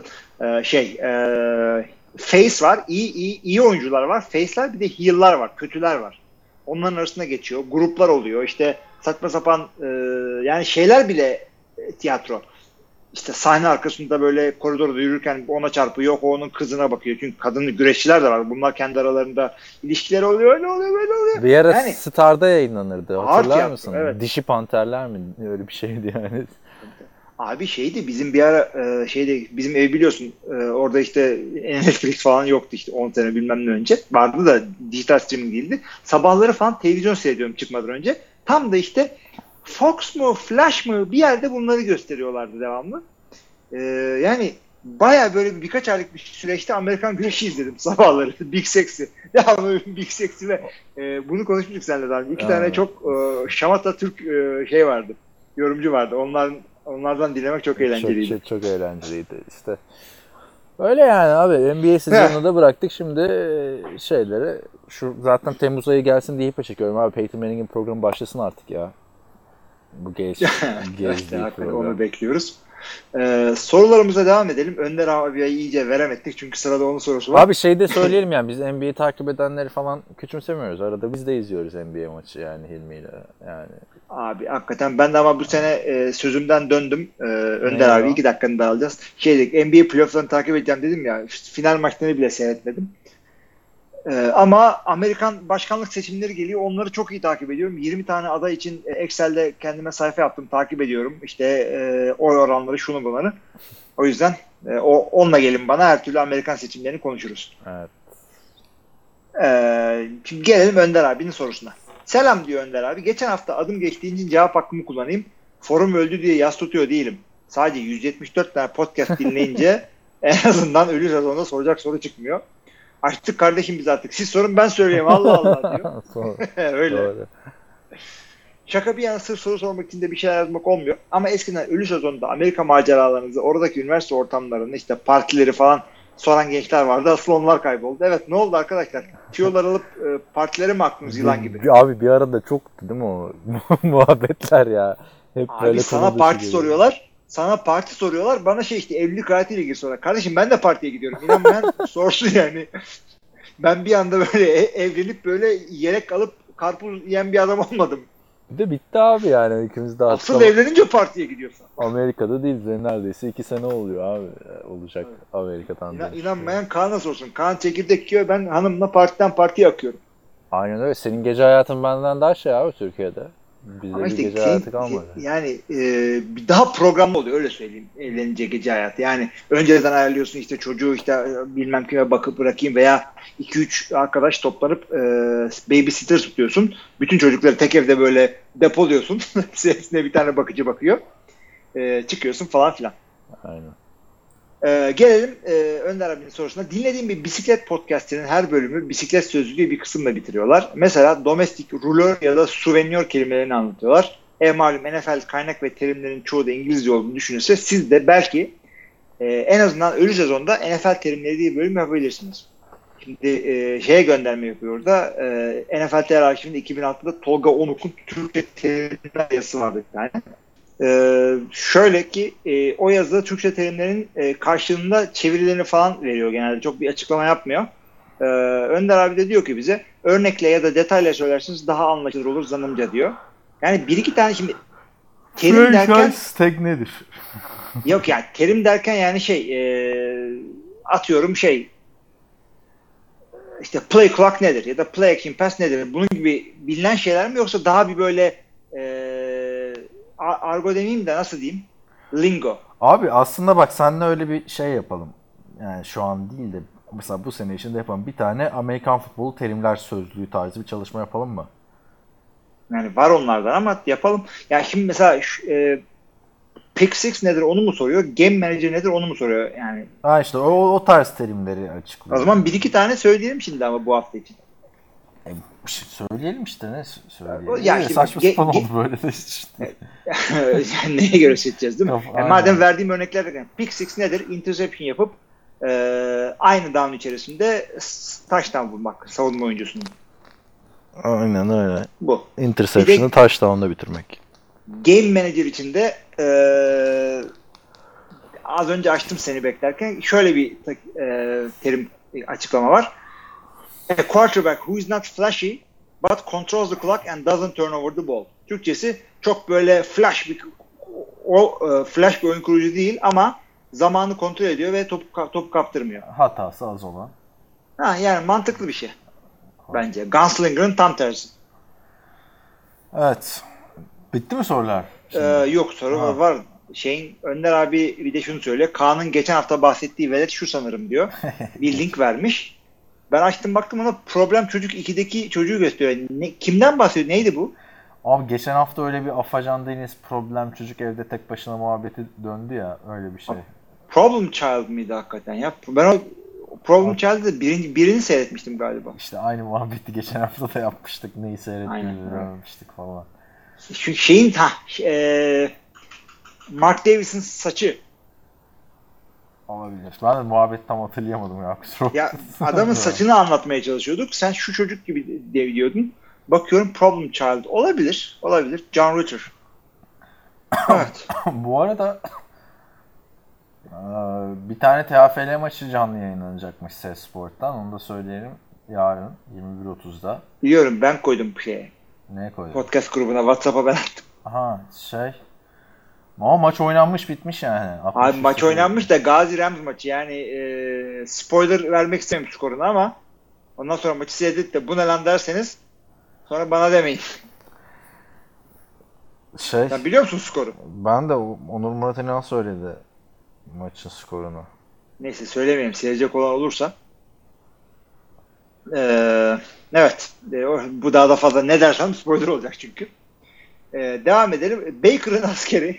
Face var. İyi oyuncular var. Face'ler, bir de heel'lar var. Kötüler var. Onların arasında geçiyor. Gruplar oluyor. İşte saçma sapan yani şeyler bile tiyatro. İşte sahne arkasında böyle koridorda yürürken ona çarpıyor. Yok, o onun kızına bakıyor. Çünkü kadın güreşçiler de var. Bunlar kendi aralarında ilişkileri oluyor. Öyle oluyor, böyle oluyor. Bir ara yani, Star'da yayınlanırdı. Hatırlar mısın? Evet. Dişi Panterler mi? Öyle bir şeydi yani. Abi bizim bir ara bizim ev biliyorsun orada işte Netflix falan yoktu işte 10 sene bilmem ne önce. Vardı da dijital streaming değildi. Sabahları falan televizyon seyrediyorum çıkmadan önce. Tam da işte Fox mu Flash mı bir yerde bunları gösteriyorlardı devamlı. Yani baya böyle birkaç aylık bir süreçte Amerikan güreşi izledim sabahları. Big Sexy. Devamlı Big Sexy ve bunu konuşmuştuk seninle daha önce. İki tane çok şamata Türk vardı. Yorumcu vardı. Onlardan dinlemek çok eğlenceliydi. Çok eğlenceliydi işte. Öyle yani abi. NBA sezonunu da bıraktık. Şimdi şeyleri zaten Temmuz ayı gelsin diye ipe çekiyorum abi. Peyton Manning'in programı başlasın artık ya. Bu işte, onu bekliyoruz. Sorularımıza devam edelim. Önder abiye iyice veremedik çünkü sırada onun sorusu var. Abi şey de söyleyelim yani biz NBA takip edenleri falan küçümsemiyoruz. Arada biz de izliyoruz NBA maçı yani Hilmi'yle. Yani. Abi hakikaten ben de ama bu sene sözümden döndüm. Önder abi 2 dakikanı da alacağız. NBA playoff'larını takip edeceğim dedim ya. Final maçlarını bile seyretmedim. Ama Amerikan başkanlık seçimleri geliyor. Onları çok iyi takip ediyorum. 20 tane aday için Excel'de kendime sayfa yaptım. Takip ediyorum. İşte oy oranları şunu bunları. O yüzden onunla gelin bana. Her türlü Amerikan seçimlerini konuşuruz. Evet. Şimdi gelelim Önder abinin sorusuna. Selam diyor Önder abi. Geçen hafta adım geçtiği için cevap hakkımı kullanayım. Forum öldü diye yas tutuyor değilim. Sadece 174 tane podcast dinleyince en azından ölü sezonda soracak soru çıkmıyor. Açtık kardeşim biz artık. Siz sorun ben söyleyeyim. Allah Allah diyor. Öyle. Doğru. Şaka bir yana sırf soru sormak için de bir şeyler yazmak olmuyor. Ama eskiden ölü sezonda Amerika maceralarınızı, oradaki üniversite ortamlarını, işte partileri falan soran gençler vardı. Asıl onlar kayboldu. Evet ne oldu arkadaşlar? Tiyolar alıp partileri mi aklınız yılan gibi? Abi bir arada çoktu değil mi o muhabbetler ya? Hep abi böyle sana parti geliyor. Soruyorlar. Sana parti soruyorlar. Bana işte evlilik hayatıyla ilgili soruyorlar. Kardeşim ben de partiye gidiyorum. İnan ben sorsun yani. Ben bir anda böyle evlenip böyle yelek alıp karpuz yiyen bir adam olmadım. Bir de bitti abi yani ikimiz de asıl evlenince partiye gidiyorsun. Amerika'da değil neredeyse 2 sene oluyor abi olacak evet. Amerika'dan. İnanmayan Kaan'a sorsun. Kaan çekirdek yiyor ben hanımla partiden partiye akıyorum. Aynen öyle. Senin gece hayatın benden daha şey abi Türkiye'de. Bizde ama işte gece hayatı kalmadı. Yani daha programlı oluyor öyle söyleyeyim evlenince gece hayatı. Yani önceden ayarlıyorsun işte çocuğu işte bilmem kime bakıp bırakayım veya 2-3 arkadaş toplanıp babysitter tutuyorsun. Bütün çocukları tek evde böyle depoluyorsun. Hepsine bir tane bakıcı bakıyor. Çıkıyorsun falan filan. Aynen. Gelelim Önder abinin sorusuna. Dinlediğim bir bisiklet podcastinin her bölümü bisiklet sözlüğü diye bir kısımla bitiriyorlar. Mesela domestik, rulör ya da souvenir kelimelerini anlatıyorlar. Malum NFL kaynak ve terimlerin çoğu da İngilizce olduğunu düşünürse siz de belki en azından ölü sezonda NFL terimleri diye bir bölüm yapabilirsiniz. Şimdi şeye gönderme yapıyor orada. NFL TR arşivinde 2006'da Tolga Onuk'un Türkçe terimler yazısı vardı bir tane. Şöyle ki o yazıda Türkçe terimlerin karşılığında çevirilerini falan veriyor genelde. Çok bir açıklama yapmıyor. Önder abi de diyor ki bize örnekle ya da detayla söylerseniz daha anlaşılır olur zanımca diyor. Yani bir iki tane şimdi terim derken tag nedir? yok yani terim derken yani atıyorum işte play clock nedir ya da play action pass nedir? Bunun gibi bilinen şeyler mi yoksa daha bir böyle argo demeyeyim de nasıl diyeyim? Lingo. Abi aslında bak seninle öyle bir şey yapalım. Yani şu an değil de mesela bu sene içinde yapalım. Bir tane Amerikan futbolu terimler sözlüğü tarzı bir çalışma yapalım mı? Yani var onlardan ama yapalım. Yani şimdi mesela Pick Six nedir onu mu soruyor? Game Manager nedir onu mu soruyor? Yani. İşte o tarz terimleri açıklıyor. O zaman bir iki tane söyleyelim şimdi ama bu hafta için. Söyleyelim işte ne söyleyelim. Ya saçma sapan oldu böyle de işte. Neye göre seçeceğiz değil mi? Yani madem verdiğim örnekler Pick Six nedir? Interception yapıp aynı down içerisinde touchdown vurmak savunma oyuncusunun. Aynen öyle. Bu. Interception'ı touchdown'da bitirmek. Game Manager için de az önce açtım seni beklerken şöyle bir terim açıklama var. A quarterback who is not flashy but controls the clock and doesn't turn over the ball. Türkçesi çok böyle flash bir oyun kurucu değil ama zamanı kontrol ediyor ve topu kaptırmıyor. Hatası az olan. Yani mantıklı bir şey. Bence. Gunslinger'ın tam tersi. Evet. Bitti mi sorular? Yok soru var. Önder abi bir de şunu söylüyor. Kaan'ın geçen hafta bahsettiği velet şu sanırım diyor. Bir link vermiş. Ben açtım baktım ona Problem Çocuk 2'deki çocuğu gösteriyor. Kimden bahsediyor? Neydi bu? Abi geçen hafta öyle bir Afacan Deniz Problem Çocuk evde tek başına muhabbeti döndü ya. Öyle bir şey. Problem Child mıydı hakikaten ya? Ben o Problem Child'ı birini seyretmiştim galiba. İşte aynı muhabbeti geçen hafta da yapmıştık. Neyi seyrettiğimizi öğrenmiştik falan. Şu Mark Davis'in saçı. Olabilir. Ben de muhabbeti tam hatırlayamadım ya. Ya adamın saçını anlatmaya çalışıyorduk. Sen şu çocuk gibi diyordun. Bakıyorum Problem Child. Olabilir. John Ritter. Evet. Bu arada bir tane TFL maçı canlı yayınlanacakmış SES Sport'tan. Onu da söyleyelim. Yarın 21.30'da. Biliyorum, ben koydum bu şeye. Ne koydun? Podcast grubuna, WhatsApp'a ben attım. Aha ama maç oynanmış bitmiş yani. Abi maç oynanmış da Gazi Rams maçı, yani spoiler vermek istemiyorum skorunu ama ondan sonra maçı seyredip de bu ne lan derseniz sonra bana demeyin. Sen biliyor musun skoru? Ben de Onur Murat İnal söyledi maçın skorunu. Neyse söylemeyeyim, seyredecek olan olursa. Evet. Bu daha da fazla ne dersem spoiler olacak çünkü. Devam edelim. Baker'ın askeri.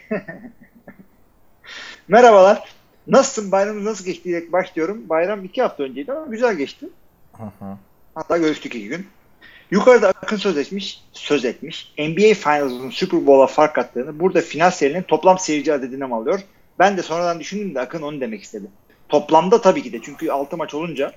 Merhabalar. Nasılsın? Bayramımız nasıl geçti diye başlıyorum. Bayram 2 hafta önceydi ama güzel geçti. Hatta görüştük 2 gün. Yukarıda Akın söz etmiş. NBA Finals'ın Super Bowl'a fark attığını, burada final serinin toplam seyirci adedine mi alıyor? Ben de sonradan düşündüm de Akın onu demek istedi. Toplamda tabii ki de, çünkü 6 maç olunca.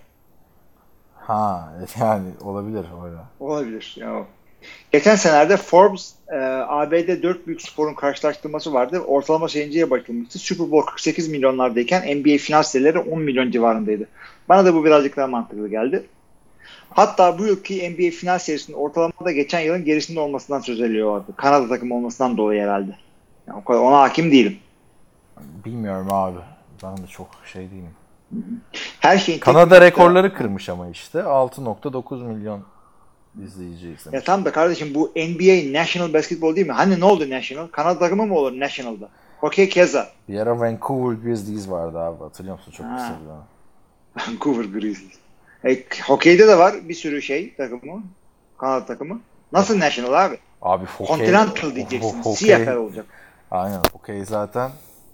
Yani olabilir öyle. Olabilir. Ya. Geçen senelerde Forbes ABD 4 büyük sporun karşılaştırması vardı. Ortalama seyirciye bakılmıştı. Super Bowl 48 milyonlardayken NBA final serileri 10 milyon civarındaydı. Bana da bu birazcık daha mantıklı geldi. Hatta bu yılki NBA final serisinin ortalamada geçen yılın gerisinde olmasından söz ediliyorlardı. Kanada takımı olmasından dolayı herhalde. Yani o kadar, ona hakim değilim. Bilmiyorum abi. Ben de çok değilim. Her şeyin Kanada rekorları kırmış ama işte 6.9 milyon izleyici izlemiş. Ya tam da kardeşim, bu NBA National Basketball değil mi? Hani ne oldu National? Kanada takımı mı olur National'da? Hokey keza. Bir ara Vancouver Grizzlies vardı abi, hatırlıyor musun? Çok kısa bir zaman. Vancouver Grizzlies. Hokeyde de var bir sürü takımı. Kanada takımı. Nasıl National abi? Abi Continental diyeceksin. CFL olacak. Aynen. Hokey zaten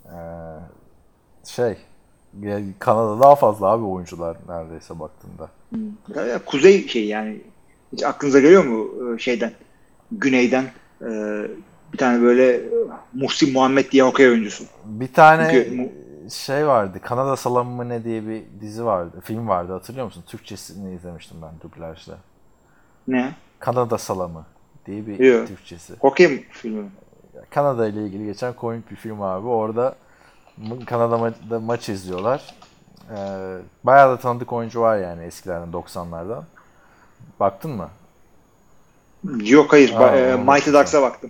Kanada daha fazla abi oyuncular neredeyse baktığında. Ya, kuzey yani hiç aklınıza geliyor mu güneyden bir tane böyle Muhsin Muhammed diye hokey oyuncusu. Bir tane vardı. Kanada Salamı mı ne diye bir dizi vardı. Film vardı, hatırlıyor musun? Türkçesini izlemiştim ben dublajla. Ne? Kanada Salamı diye bir Türkçesi. Hokey filmi. Kanada ile ilgili geçen komik bir film abi. Orada Kanada'da maç izliyorlar. Bayağı da tanıdık oyuncu var yani eskilerden, 90'lardan. Baktın mı? Yok, hayır. Mighty Ducks'a baktım.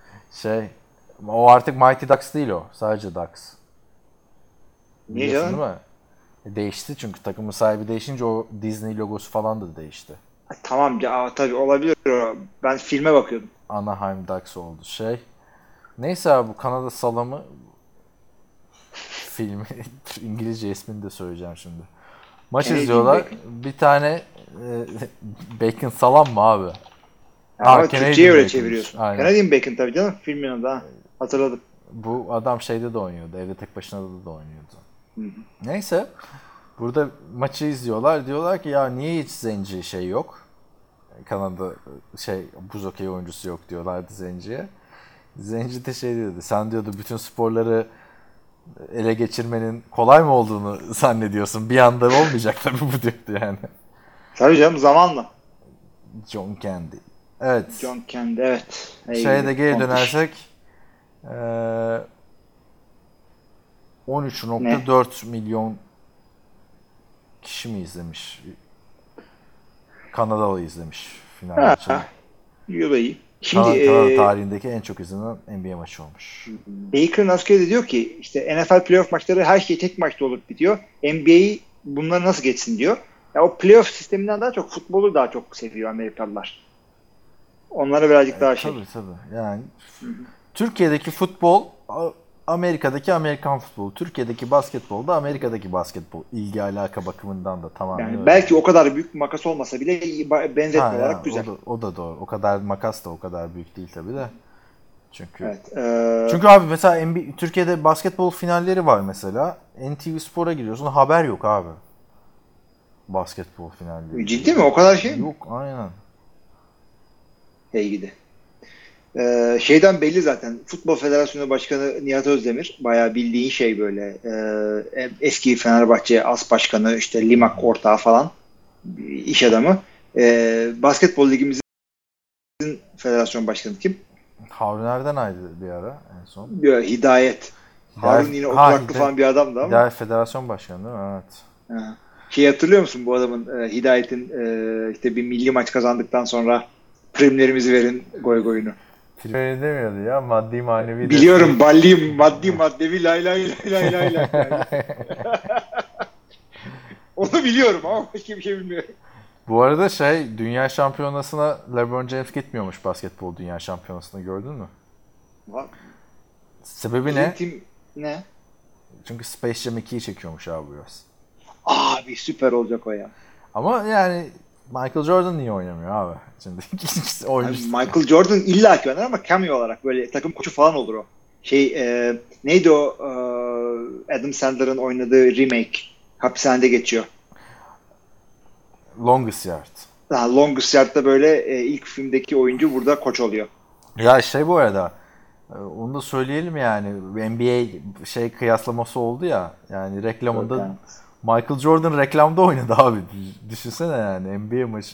O artık Mighty Ducks değil o. Sadece Ducks. Niye canım? Değil mi? Değişti çünkü takımın sahibi değişince o Disney logosu falan da değişti. Tamam ya, tabii olabilir o. Ben filme bakıyordum. Anaheim Ducks oldu. Neyse abi, bu Kanada Salamı filmi İngilizce ismini de söyleyeceğim şimdi. Maç izliyorlar. Bir tane Bacon Salam mı abi? Ama Türkçe'ye öyle çeviriyorsun. Canadian Bacon tabii canım, filmin adı. Hatırladım. Bu adam de oynuyordu. Evde tek başına da oynuyordu. Hı-hı. Neyse. Burada maçı izliyorlar. Diyorlar ki ya niye hiç zenci yok? Kanada buz okey oyuncusu yok diyorlardı zenciye. Zenci de diyordu. Sen diyordu bütün sporları ele geçirmenin kolay mı olduğunu zannediyorsun. Bir anda olmayacak tabii bu diyordu yani. Tabii canım, zamanla. John Candy. Evet. John Candy, evet. De geri dönersek 13.4 milyon kişi mi izlemiş? Kanadalı izlemiş final maçını. iyi. Şimdi Kanada tarihindeki en çok izlenen NBA maçı olmuş. Baker'ın askeri de diyor ki işte NFL playoff maçları her şey tek maçta olup bitiyor. NBA bunları nasıl geçsin diyor. Ya o playoff sisteminden daha çok futbolu daha çok seviyor Amerikalılar. Onlara birazcık daha Tabii. Yani Türkiye'deki futbol Amerika'daki Amerikan futbolu, Türkiye'deki basketbol da Amerika'daki basketbol, ilgi alaka bakımından da tamamen yani öyle. Belki o kadar büyük makas olmasa bile benzetme olarak güzel. O da doğru. O kadar makas da o kadar büyük değil tabii de. Çünkü çünkü abi mesela Türkiye'de basketbol finalleri var mesela. NTV Spor'a giriyorsun, haber yok abi. Basketbol finalleri. Ciddi mi? O kadar şey mi? Yok, aynen. Gidi. Şeyden belli zaten. Futbol Federasyonu Başkanı Nihat Özdemir. Bayağı bildiğin böyle. Eski Fenerbahçe As Başkanı, işte Limak ortağı falan. İş adamı. Basketbol Ligimizin Federasyon Başkanı kim? Harun nereden ayrıldı bir ara en son? Ya, Hidayet. Harun yine oturaklı falan bir adamdı ama. Hidayet Federasyon Başkanı değil mi? Evet. Ha. Hatırlıyor musun bu adamın Hidayet'in işte bir milli maç kazandıktan sonra primlerimizi verin goyunu. Öyle demiyordu ya, maddi manevi. Biliyorum, balliyim, maddi maddevi lay lay lay lay lay. Onu biliyorum ama başka bir şey bilmiyorum. Bu arada Dünya Şampiyonası'na LeBron James gitmiyormuş, basketbol Dünya Şampiyonası'na, gördün mü? Var. Sebebi ne? Ne? Çünkü Space Jam 2'yi çekiyormuş abi biraz. Abi süper olacak o ya. Ama yani Michael Jordan niye oynamıyor abi? Şimdi Michael Jordan illaki oynar ama cameo olarak böyle takım koçu falan olur o. Neydi o Adam Sandler'ın oynadığı remake? Hapishanede geçiyor. Longest Yard. Longest Yard'da böyle ilk filmdeki oyuncu burada koç oluyor. Ya bu arada onu da söyleyelim yani, NBA kıyaslaması oldu ya, yani reklamında evet. Michael Jordan reklamda oynadı abi. Düşünsene yani, NBA maçı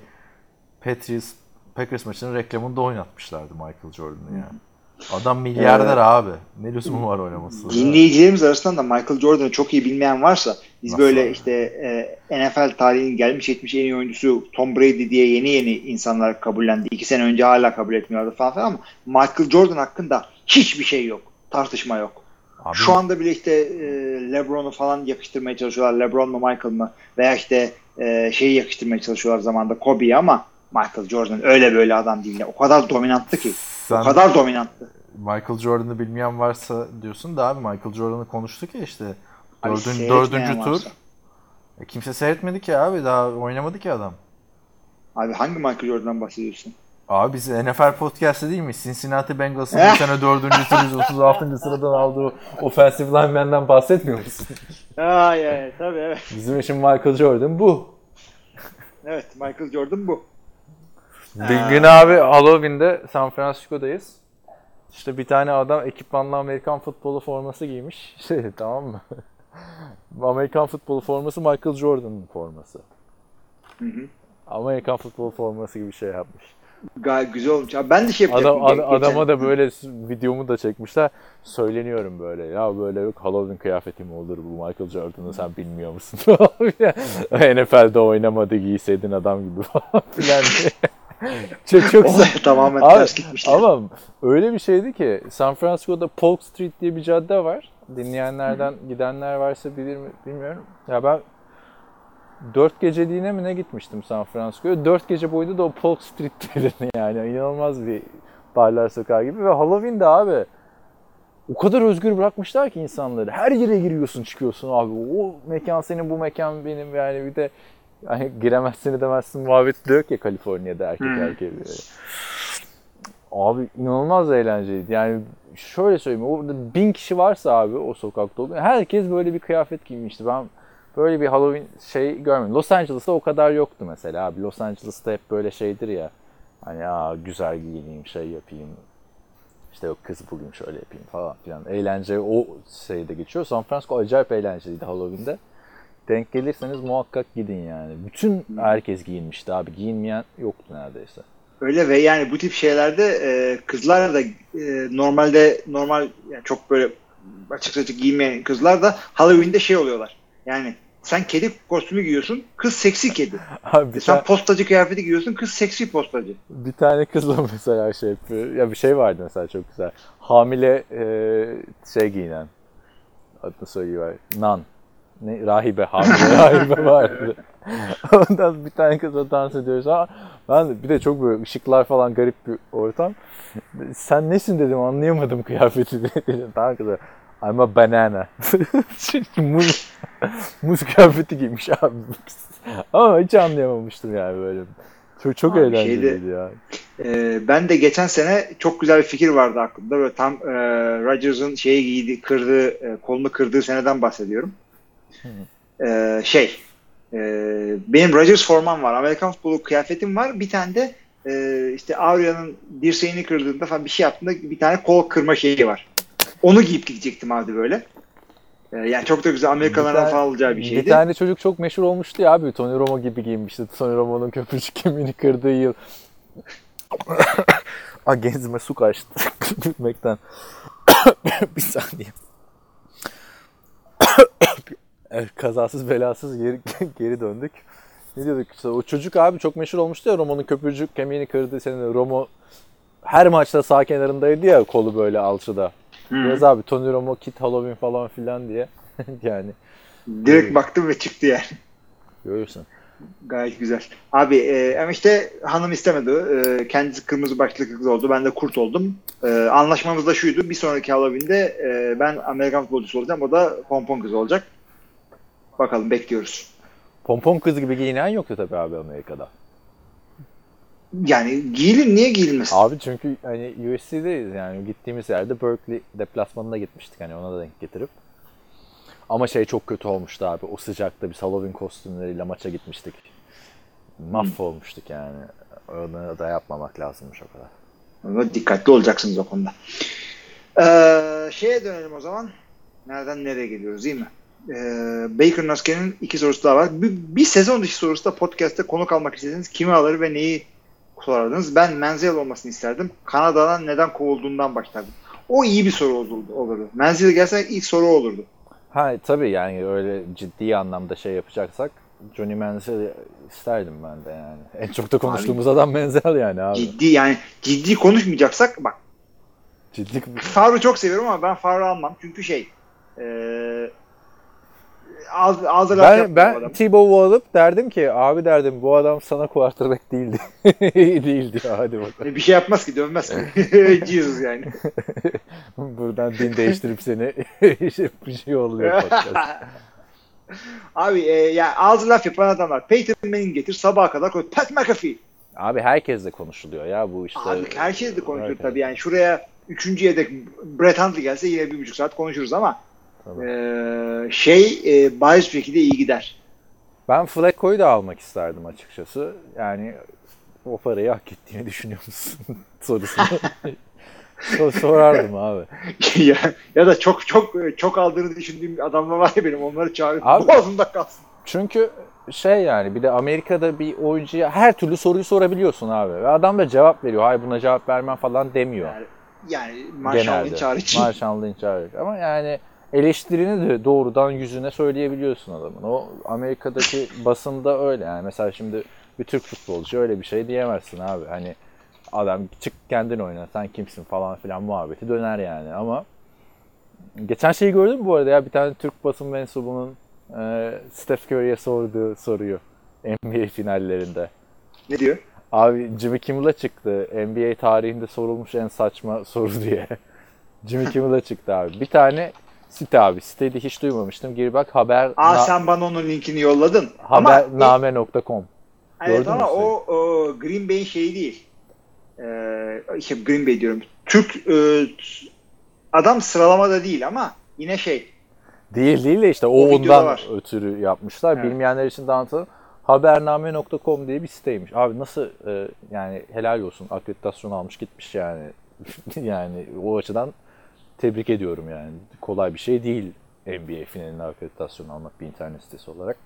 Packers maçının reklamında oynatmışlardı Michael Jordan'ı yani. Adam milyarder abi. Ne lüzumu var oynaması? Dinleyicilerimiz arasında da Michael Jordan'ı çok iyi bilmeyen varsa, biz nasıl böyle abi? işte NFL tarihinin gelmiş geçmiş en iyi oyuncusu Tom Brady diye yeni insanlar kabullendi. 2 sene önce hala kabul etmiyorlardı falan ama Michael Jordan hakkında hiçbir şey yok. Tartışma yok. Abi, şu anda bile işte LeBron'u falan yakıştırmaya çalışıyorlar. LeBron mu Michael mı? Veya işte yakıştırmaya çalışıyorlar zamanında Kobe'yi, ama Michael Jordan öyle böyle adam değil. O kadar dominanttı ki. O kadar dominanttı. Michael Jordan'ı bilmeyen varsa diyorsun da abi, Michael Jordan'ı konuştuk ya işte. Abi, dördüncü tur. Varsa. Kimse seyretmedi ki abi. Daha oynamadı ki adam. Abi hangi Michael Jordan'dan bahsediyorsun? Abi biz NFL podcast'ı değil mi? Cincinnati Bengals'ın bu sene 4. tur 36. sıradan aldığı offensive lineman'dan bahsetmiyor musun? Tabii evet. Bizim için Michael Jordan bu. Evet, Michael Jordan bu. Bir gün abi Halloween'de San Francisco'dayız. İşte bir tane adam ekipmanlı Amerikan futbolu forması giymiş. Tamam mı? Amerikan futbolu forması Michael Jordan'ın forması. Hı. Amerikan futbol forması gibi şey yapmış. Gayet güzel olmuş. Abi ben de yapacaktım. Adama da böyle videomu da çekmişler. Söyleniyorum böyle. Ya böyle yok, Halloween kıyafeti mi olur bu, Michael Jordan'ı sen bilmiyor musun? NFL'de oynamadı, giyseydin adam gibi falan filan diye. çok tamamen ters gitmişler. Ama öyle bir şeydi ki, San Francisco'da Polk Street diye bir cadde var. Dinleyenlerden gidenler varsa bilir mi bilmiyorum. Ya ben 4 geceliğine mi ne gitmiştim San Francisco'ya. 4 gece boyunca da o Polk Street'teydi yani. İnanılmaz bir barlar sokağı gibi. Ve Halloween'de abi o kadar özgür bırakmışlar ki insanları. Her yere giriyorsun çıkıyorsun abi. O mekan senin, bu mekan benim, yani bir de yani giremezsin edemezsin muhabbeti de yok ya Kaliforniya'da erkek. Abi inanılmaz eğlenceliydi. Yani şöyle söyleyeyim, orada 1000 kişi varsa abi o sokakta oluyor. Herkes böyle bir kıyafet giymişti. Ben böyle bir Halloween görmedim. Los Angeles'ta o kadar yoktu mesela abi. Los Angeles'ta hep böyle şeydir ya. Hani güzel giyineyim, yapayım. İşte yok kız bulayım, şöyle yapayım falan filan. Eğlence o şeyde geçiyor. San Francisco acayip eğlenceliydi Halloween'de. Denk gelirseniz muhakkak gidin yani. Bütün herkes giyinmişti abi. Giyinmeyen yoktu neredeyse. Öyle ve yani bu tip şeylerde kızlar da normal yani çok böyle açık giymeyen kızlar da Halloween'de oluyorlar. Yani sen kedi kostümü giyiyorsun, kız seksi kedi. Abi sen postacı kıyafeti giyiyorsun, kız seksi postacı. Bir tane kızla mesela yapıyor. Ya bir şey vardı mesela çok güzel. Hamile giyinen. Adını söylüyor. Nan. Rahibe vardı. Ondan bir tane kızla dans ediyoruz. Ben bir de çok böyle ışıklar falan, garip bir ortam. Sen nesin dedim, anlayamadım kıyafeti dedim. Tamam kızla. I'm a banana. Muz kıyafeti giymiş abi. Ama hiç anlayamamıştım yani böyle. Çok eğlenceliydi ya. Ben de geçen sene çok güzel bir fikir vardı aklımda. Böyle tam Rodgers'ın kolunu kırdığı seneden bahsediyorum. Benim Rodgers forman var. Amerikan futbolu kıyafetim var. Bir tane de işte Auria'nın dirseğini kırdığında falan bir şey yaptığında bir tane kol kırma şeyi var. Onu giyip gidecektim abi böyle. Yani çok da güzel Amerikalılardan falan olacağı bir şeydi. Bir tane çocuk çok meşhur olmuştu ya abi. Tony Romo gibi giyinmişti. Tony Romo'nun köprücük kemiğini kırdığı yıl. Genzime su kaçtı. Gülmekten. Bir saniye. Evet, kazasız belasız geri döndük. Ne diyorduk işte, o çocuk abi çok meşhur olmuştu ya, Romo'nun köprücük kemiğini kırdı senin. Romo her maçta sağ kenarındaydı ya, kolu böyle alçıda. Biraz abi Tony Romo, Kit Halloween falan filan diye. Yani. Direkt baktım ve çıktı yani. Görüyorsun. Gayet güzel. Abi ama işte hanım istemedi. Kendisi kırmızı başlıklı kız oldu. Ben de kurt oldum. Anlaşmamız da şuydu. Bir sonraki Halloween'de ben Amerikan futbolcusu olacağım. O da pompon kız olacak. Bakalım, bekliyoruz. Pompon kız gibi giyinen yoktu tabii abi Amerika'da. Yani giyilir, niye giyilmesin? Abi çünkü hani USC'deyiz yani, gittiğimiz yerde Berkeley deplasmanına gitmiştik hani, ona da denk getirip. Ama şey çok kötü olmuştu abi, o sıcakta biz Halloween kostümleriyle maça gitmiştik. Mahvolmuştuk yani. Onu da yapmamak lazımmış o kadar. Ama dikkatli olacaksınız o konuda. Şeye dönelim o zaman. Nereden nereye geliyoruz, değil mi? Baker Naske'nin 2 sorusu daha var. Bir sezon dışı sorusu da podcast'te konuk almak istediğiniz kimi alır ve neyi sorardınız? Ben Menziel olmasını isterdim. Kanada'dan neden kovulduğundan başlardım. O iyi bir soru olurdu. Menziel gelse ilk soru olurdu. Ha tabii yani öyle ciddi anlamda şey yapacaksak Johnny Manziel isterdim ben de yani. En çok da konuştuğumuz adam Manziel yani abi. Ciddi konuşmayacaksak bak. Ciddi. Favre'ı çok seviyorum ama ben Favre'ı almam. Çünkü ağzı laf yapmıyor Ben adam. Thibaut'u alıp derdim ki abi derdim, bu adam sana quarterback değildi. Değildi ya, hadi bakalım. Bir şey yapmaz ki, dönmez ki. Jesus yani. Buradan din değiştirip seni bir şey yolluyor podcast. Abi ya ağzı laf yapan adamlar. Peyton Manning getir, sabaha kadar koy. Pat McAfee. Abi herkes de konuşuluyor ya bu işte. Abi herkes de konuşuyor tabii yani. Şuraya 3. yedek Brett Hundley gelse yine 1,5 saat konuşuruz ama bariz bir şekilde iyi gider. Ben Flacco'yu da almak isterdim açıkçası. Yani o parayı hak ettiğini düşünüyor musun sorusunu sorardım abi. ya da çok aldığını düşündüğüm adamlar var ya benim, onları çağırıp abi, boğazımda kalsın. Çünkü yani bir de Amerika'da bir oyuncuya her türlü soruyu sorabiliyorsun abi. Ve adam da cevap veriyor. Hayır buna cevap vermem falan demiyor. Yani Marshall Lynch hariç. Marshall Lynch hariç. Ama yani eleştirini de doğrudan yüzüne söyleyebiliyorsun adamın. O Amerika'daki basında öyle yani. Mesela şimdi bir Türk futbolcu öyle bir şey diyemezsin abi. Hani adam çık kendin oyna, sen kimsin falan filan muhabbeti döner yani. Ama geçen şeyi gördün mü bu arada ya, bir tane Türk basın mensubunun Steph Curry'e sorduğu soruyu NBA finallerinde. Ne diyor? Abi Jimmy Kimmel'a çıktı. NBA tarihinde sorulmuş en saçma soru diye. Jimmy Kimmel'a çıktı abi. Bir tane site abi. Siteyi de hiç duymamıştım. Gir bak haber... sen bana onun linkini yolladın. Habername.com. Evet ama o Green Bay'in şeyi değil. İşte Green Bay diyorum. Türk adam sıralamada değil ama yine şey. Değil de işte o ondan ötürü yapmışlar. Evet. Bilmeyenler için de anlatalım. Habername.com diye bir siteymiş. Abi nasıl yani helal olsun, akreditasyon almış gitmiş yani. Yani o açıdan tebrik ediyorum yani. Kolay bir şey değil NBA finalinde akreditasyon almak bir internet sitesi olarak.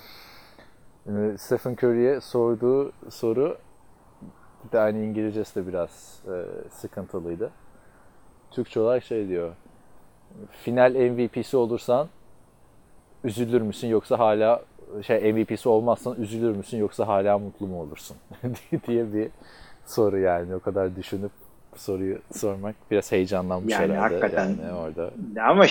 Stephen Curry'e sorduğu soru bir de hani İngilizcesi de biraz sıkıntılıydı. Türkçe olarak şey diyor. Final MVP'si olursan üzülür müsün yoksa hala MVP'si olmazsan üzülür müsün yoksa hala mutlu mu olursun diye bir soru yani. O kadar düşünüp bu soruyu sormak biraz heyecanlanmış yani herhalde. Hakikaten. Yani orada. Ama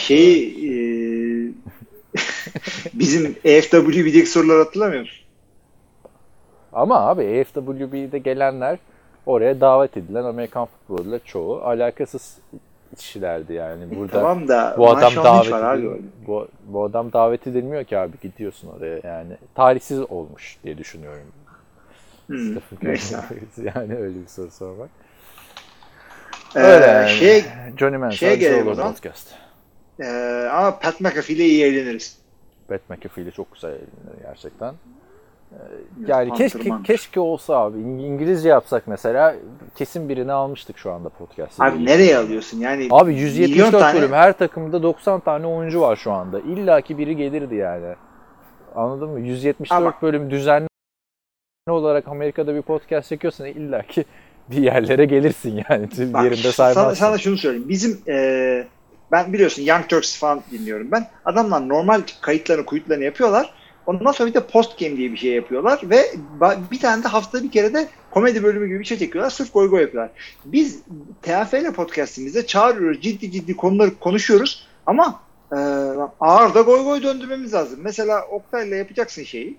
bizim EFWB'deki soruları hatırlamıyor musun? Ama abi EFWB'de gelenler oraya davet edilen Amerikan futbolcular çoğu alakasız kişilerdi yani. Burada tamam da bu adam bu adam davet edilmiyor ki abi, gidiyorsun oraya yani. Tarihsiz olmuş diye düşünüyorum. Yani öyle bir soru sormak. Öyle yani. Johnny Manziel olur podcast. Ama Pat McAfee ile iyi eğleniriz. Pat McAfee ile çok güzel eğlenir gerçekten. Yani keşke olsa abi. İngilizce yapsak mesela, kesin birini almıştık şu anda podcast'ta. Abi nereye alıyorsun? Yani abi 174 bölüm, her takımda 90 tane oyuncu var şu anda. İlla ki biri gelirdi yani. Anladın mı? 174 bölüm düzenli olarak Amerika'da bir podcast çekiyorsan illa ki bir yerlere gelirsin yani. Bak, Yerinde saymazsın. sana şunu söyleyeyim. Bizim ben biliyorsun Young Turks falan dinliyorum ben. Adamlar normal kayıtlarını yapıyorlar. Ondan sonra bir de post game diye bir şey yapıyorlar ve bir tane de haftada bir kere de komedi bölümü gibi bir şey çekiyorlar. Sırf goy goy yapıyorlar. Biz TFL podcastimizde çağırıyoruz. Ciddi konuları konuşuyoruz ama ağır da goy goy döndürmemiz lazım. Mesela Oktay'la yapacaksın şeyi.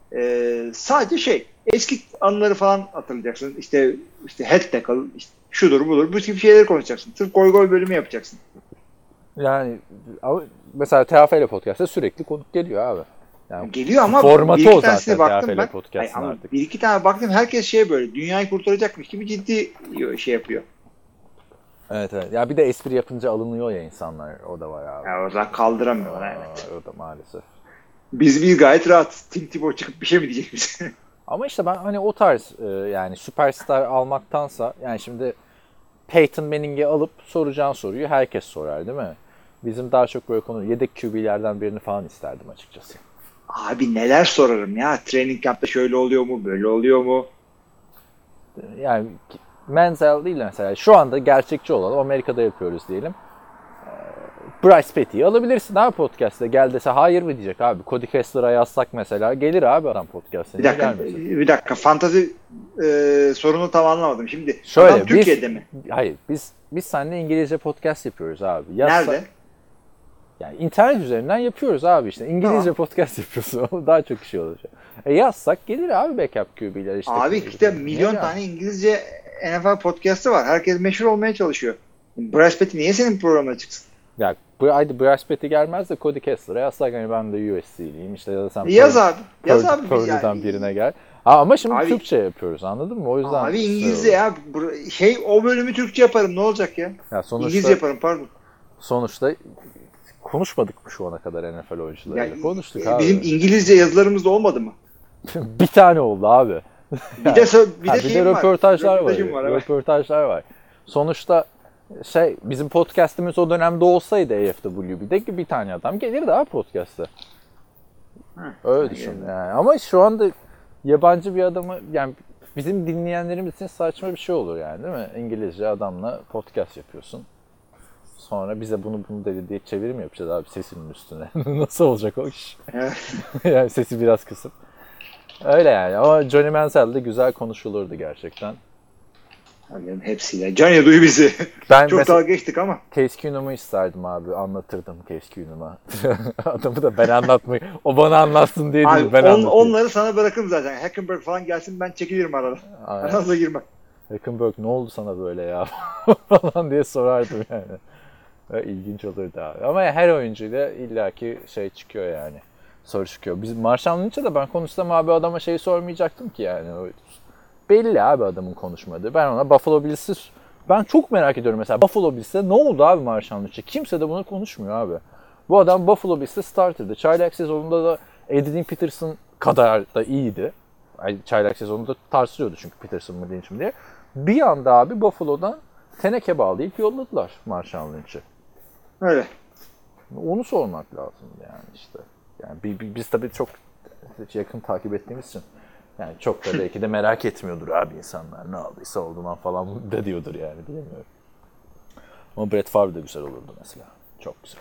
Sadece eski anıları falan hatırlayacaksın. İşte head tackle, işte şudur budur. Bu tip şeyleri konuşacaksın. Sırf goy goy bölümü yapacaksın. Yani mesela TFL Podcast'ta sürekli konuk geliyor abi. Yani geliyor ama formatı o zaten TFL Podcast'ın artık. Bir iki tane baktım herkes böyle dünyayı kurtaracakmış gibi ciddi şey yapıyor. Evet. Ya bir de espri yapınca alınıyor ya insanlar. O da var abi. Ya oradan kaldıramıyorlar evet. O da maalesef. Biz gayet rahat. Tim Tebow çıkıp bir şey mi diyecek bize? Ama işte ben hani o tarz yani süperstar almaktansa yani şimdi Peyton Manning'i alıp soracağın soruyu herkes sorar değil mi? Bizim daha çok böyle konu yedek QB'lerden birini falan isterdim açıkçası. Abi neler sorarım ya. Training camp'ta şöyle oluyor mu? Böyle oluyor mu? Yani Menzel değil mesela. Şu anda gerçekçi olalım. Amerika'da yapıyoruz diyelim. Bryce Petty'yi alabilirsin abi podcast'te. Gel dese hayır mı diyecek abi. Cody Kessler'a yazsak mesela gelir abi adam podcast'te. Bir dakika. Fantazi sorunu tam anlamadım. Şimdi şöyle, adam Türkiye'de mi? Hayır. Biz seninle İngilizce podcast yapıyoruz abi. Nerede? Yani internet üzerinden yapıyoruz abi işte. İngilizce podcast yapıyorsun. Daha çok şey olacak. Yazsak gelir abi backup QB'ler işte. Abi işte milyon tane İngilizce NFL podcast'ı var. Herkes meşhur olmaya çalışıyor. Bryce Petty niye senin programına çıksın? Ya haydi Bryce Petty gelmez de Cody Kessler'a yazsak hani ben de USC'liyim işte ya da sen yaz abi. Purdue'dan birine gel. Ama şimdi abi, Türkçe yapıyoruz anladın mı? O yüzden abi İngilizce ya. O bölümü Türkçe yaparım ne olacak ya? İngilizce yaparım pardon. Sonuçta konuşmadık mı şu ana kadar NFL oyuncularıyla? Konuştuk abi. Bizim İngilizce yazılarımız da olmadı mı? Bir tane oldu abi. Bir de röportajlar var. Röportajlar var. Sonuçta bizim podcast'imiz o dönemde olsaydı AFWB'de bir tane adam gelirdi abi podcast'a. Öyle düşün yani. Ama şu anda yabancı bir adamı yani bizim dinleyenlerimiz için saçma bir şey olur yani değil mi? İngilizce adamla podcast yapıyorsun. Sonra bize bunu dedi diye çevirim yapacağız abi sesinin üstüne. Nasıl olacak o iş? Yani sesi biraz kısıp. Öyle yani ama Johnny Manziel de güzel konuşulurdu gerçekten. Anladım hepsiyle. Johnny duy bizi. Çok dalga geçtik ama. Case Keenum'u isterdim abi. Anlatırdım Case Keenum'a. Adamı da ben anlatmayayım. O bana anlatsın diye değil. Ben anlatayım. Onları sana bırakırım zaten. Hackenberg falan gelsin ben çekilirim arada. Aranıza girmem. Hackenberg ne oldu sana böyle ya? falan diye sorardım yani. İlginç olurdu abi. Ama her oyuncuyla illaki çıkıyor yani. Soru çıkıyor. Biz Marshall Lynch'e de ben konuşsam abi adama sormayacaktım ki yani. Belli abi adamın konuşmadığı. Ben ona Buffalo Bills'i ben çok merak ediyorum mesela Buffalo Bills'e ne oldu abi Marshall Lynch'e? Kimse de bunu konuşmuyor abi. Bu adam Buffalo Bills'te starter'dı. Çaylak sezonunda da Adrian Peterson kadar da iyiydi. Çaylak sezonunda tartışılıyordu çünkü Peterson mı Lynch mi diye. Bir anda abi Buffalo'dan teneke bağlayıp yolladılar Marshall Lynch'i. Öyle. Onu sormak lazım yani işte. Yani biz tabii çok yakın takip ettiğimiz için yani çok da belki de merak etmiyordur abi insanlar. Ne aldıysa oldu falan da diyordur yani bilemiyorum. Ama Brett Favre de güzel olurdu mesela. Çok güzel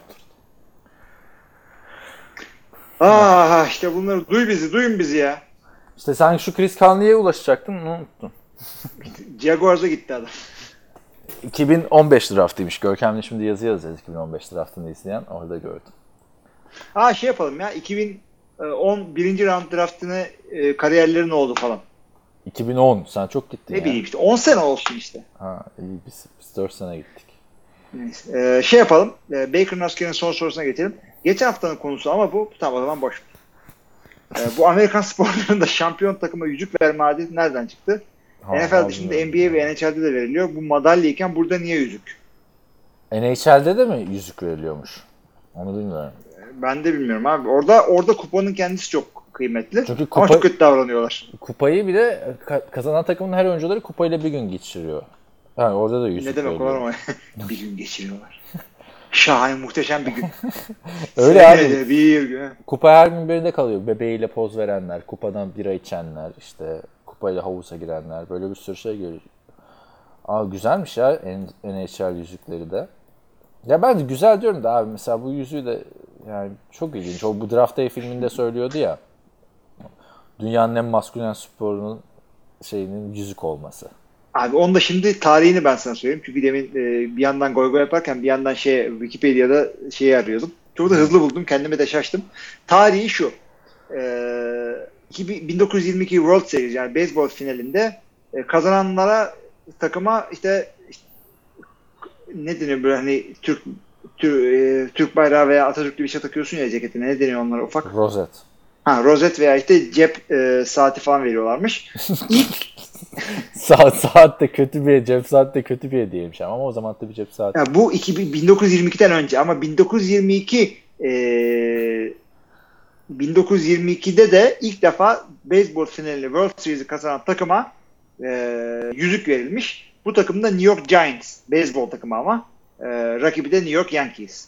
olurdu. İşte bunları duyun bizi ya. İşte sen şu Chris Conley'e ulaşacaktın unuttun. Jaguars'a gitti adam. 2015 draftıymış. Görkem'le şimdi yazı yazacağız 2015 draftını izleyen. Orada gördüm. Yapalım ya. 2010 birinci round draftını kariyerleri ne oldu falan. 2010. Sen çok gittin ne bileyim işte. 10 sene olsun işte. İyi biz 4 sene gittik. Neyse. Yapalım. Baker Mayfield'in son sorusuna geçelim. Geçen haftanın konusu ama bu. Tamam o zaman boş. Bu Amerikan sporlarında şampiyon takıma yüzük verme adeti nereden çıktı? NFL dışında NBA ve NHL'de de veriliyor. Bu madalyayken burada niye yüzük? NHL'de de mi yüzük veriliyormuş? Onu bilmiyorum. Ben de bilmiyorum abi. Orada kupanın kendisi çok kıymetli. Çünkü ama çok kötü davranıyorlar. Kupayı bir de kazanan takımın her oyuncuları kupayla bir gün geçiriyor. Yani orada da yüzük veriliyor. Ne demek var ama bir gün geçiriyorlar. Şahane muhteşem bir gün. Öyle abi. Bir gün. Kupa her gün birinde kalıyor. Bebeğiyle poz verenler, kupadan bira içenler, işte kupayla havuza girenler, böyle bir sürü şey geliyor. Güzelmiş ya NHL yüzükleri de. Ya ben de güzel diyorum da abi mesela bu yüzüğü de yani çok ilginç. O bu Draft Day filminde söylüyordu ya. Dünyanın en maskülen sporunun şeyinin yüzük olması. Abi onda şimdi tarihini ben sana söyleyeyim. Çünkü demin bir yandan goy yaparken bir yandan Wikipedia'da arıyordum. Çok da hızlı buldum. Kendime de şaştım. Tarihi şu. 1922 World Series yani beyzbol finalinde kazananlara takıma işte ne deniyor böyle hani Türk bayrağı veya Atatürk'lü bir şey takıyorsun ya ceketine. Ne deniyor onlara ufak? Rozet. Rozet veya işte cep saati falan veriyorlarmış. İlk saat de kötü bir cep saat de kötü bir hediyeymiş ama o zaman tabii cep saati. Yani bu 1922'den önce ama 1922'de de ilk defa beyzbol finalini World Series'i kazanan takıma yüzük verilmiş. Bu takım da New York Giants. Beyzbol takımı ama. Rakibi de New York Yankees.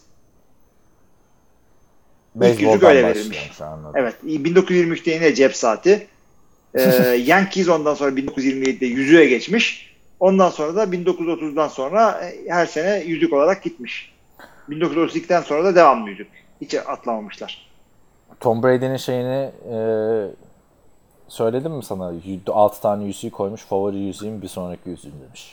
İlk yüzük öyle verilmiş. Evet. 1923'te yine cep saati. Yankees ondan sonra 1927'de yüzüğe geçmiş. Ondan sonra da 1930'dan sonra her sene yüzük olarak gitmiş. 1932'den sonra da devamlı yüzük. Hiç atlamamışlar. Tom Brady'nin şeyini söyledim mi sana? 6 tane yüzüğü koymuş. Favori yüzüğüm bir sonraki yüzüğüm demiş.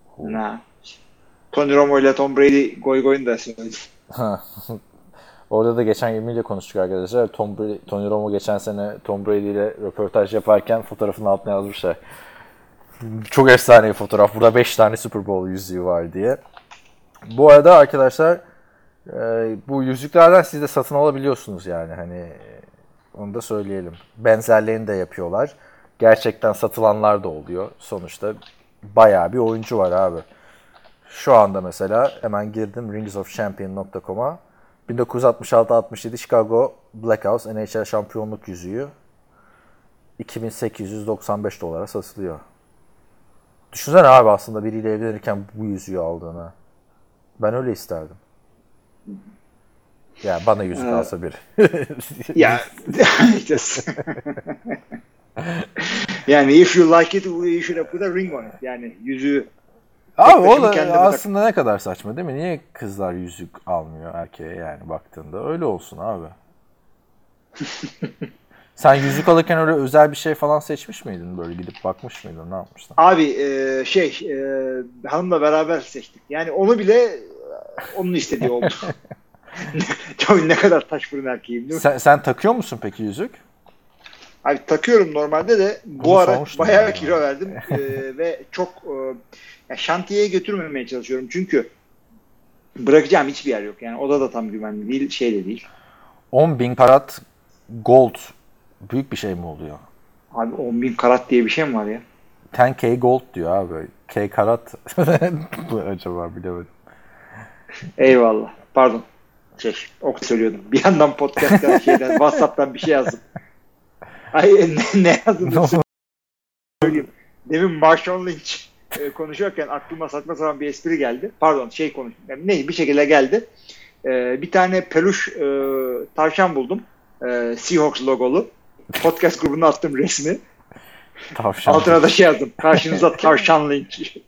Tony Romo ile Tom Brady goyunu da söyledi. Orada da geçen Emil'le konuştuk arkadaşlar. Tony Romo geçen sene Tom Brady ile röportaj yaparken fotoğrafın altına yazmışlar. Çok efsane bir fotoğraf. Burada 5 tane Super Bowl yüzüğü var diye. Bu arada arkadaşlar bu yüzüklerden siz de satın alabiliyorsunuz yani. Hani onu da söyleyelim. Benzerlerini de yapıyorlar. Gerçekten satılanlar da oluyor. Sonuçta bayağı bir oyuncu var abi. Şu anda mesela hemen girdim ringsofchampion.com'a. 1966-67 Chicago Blackhawks NHL şampiyonluk yüzüğü $2,895 satılıyor. Düşünsene abi aslında biriyle evlenirken bu yüzüğü aldığını. Ben öyle isterdim. Ya bana yüzük alsa biri. Ya yani if you like it you should put a ring on it. Yani yüzüğü abi o da aslında ne kadar saçma değil mi? Niye kızlar yüzük almıyor erkeğe yani baktığında? Öyle olsun abi. Sen yüzük alırken öyle özel bir şey falan seçmiş miydin? Böyle gidip bakmış mıydın? Ne yapmıştın? Abi hanımla beraber seçtik. Yani onu bile onun istediği oldu. Çok ne kadar taş fırın erkeğim değil mi? Sen takıyor musun peki yüzük? Abi takıyorum normalde de bu ara bayağı kilo verdim ve çok şantiyeye götürmemeye çalışıyorum çünkü bırakacağım hiçbir yer yok. Yani oda da tam güvenli değil, şey de değil. 10.000 karat gold büyük bir şey mi oluyor? Abi 10.000 karat diye bir şey mi var ya? 10K gold diyor abi. K karat bu acaba bilemedim. Eyvallah. Pardon. Söylüyordum. Bir yandan podcast'tan WhatsApp'tan bir şey yazdım. Ay ne yazdım? Söyleyeyim. Demin Marshawn Lynch konuşurken aklıma saçma sapan bir espri geldi. Pardon konuştum. Bir şekilde geldi. Bir tane peluş tavşan buldum. Seahawks logolu. Podcast grubuna attım resmi. Tavşan. Altına da yazdım. Karşınıza Tavşan Lynch.